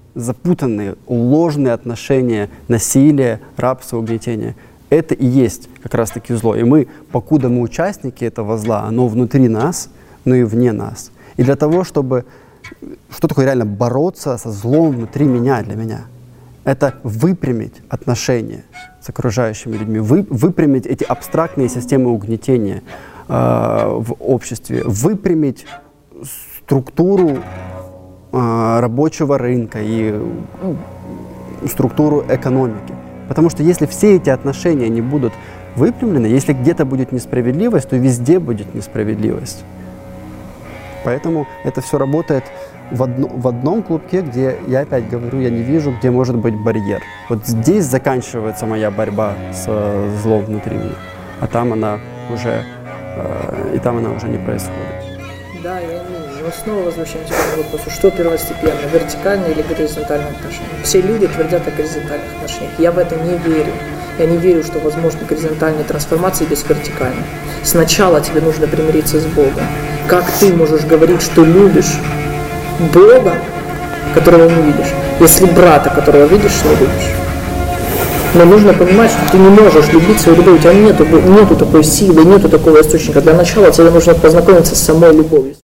запутанные, ложные отношения, насилие, рабство, угнетение. Это и есть как раз-таки зло. И мы, покуда мы участники этого зла, оно внутри нас, но и вне нас. И для того, чтобы... Что такое реально бороться со злом внутри меня, для меня? Это выпрямить отношения с окружающими людьми, выпрямить эти абстрактные системы угнетения в обществе, выпрямить структуру рабочего рынка и структуру экономики. Потому что если все эти отношения не будут выпрямлены, если где-то будет несправедливость, то везде будет несправедливость. Поэтому это все работает в одном клубке, где, я опять говорю, я не вижу, где может быть барьер. Вот здесь заканчивается моя борьба с злом внутри меня, а там она уже, не происходит. Да, я вижу. Мы снова возвращаемся к вопросу, что первостепенно, вертикальные или горизонтальные отношения. Все люди твердят о горизонтальных отношениях. Я в это не верю. Я не верю, что возможны горизонтальные трансформации без вертикальных. Сначала тебе нужно примириться с Богом. Как ты можешь говорить, что любишь Бога, которого не видишь, если брата, которого видишь, не любишь? Но нужно понимать, что ты не можешь любить свою любовь, у тебя нету такой силы, нету такого источника. Для начала тебе нужно познакомиться с самой любовью.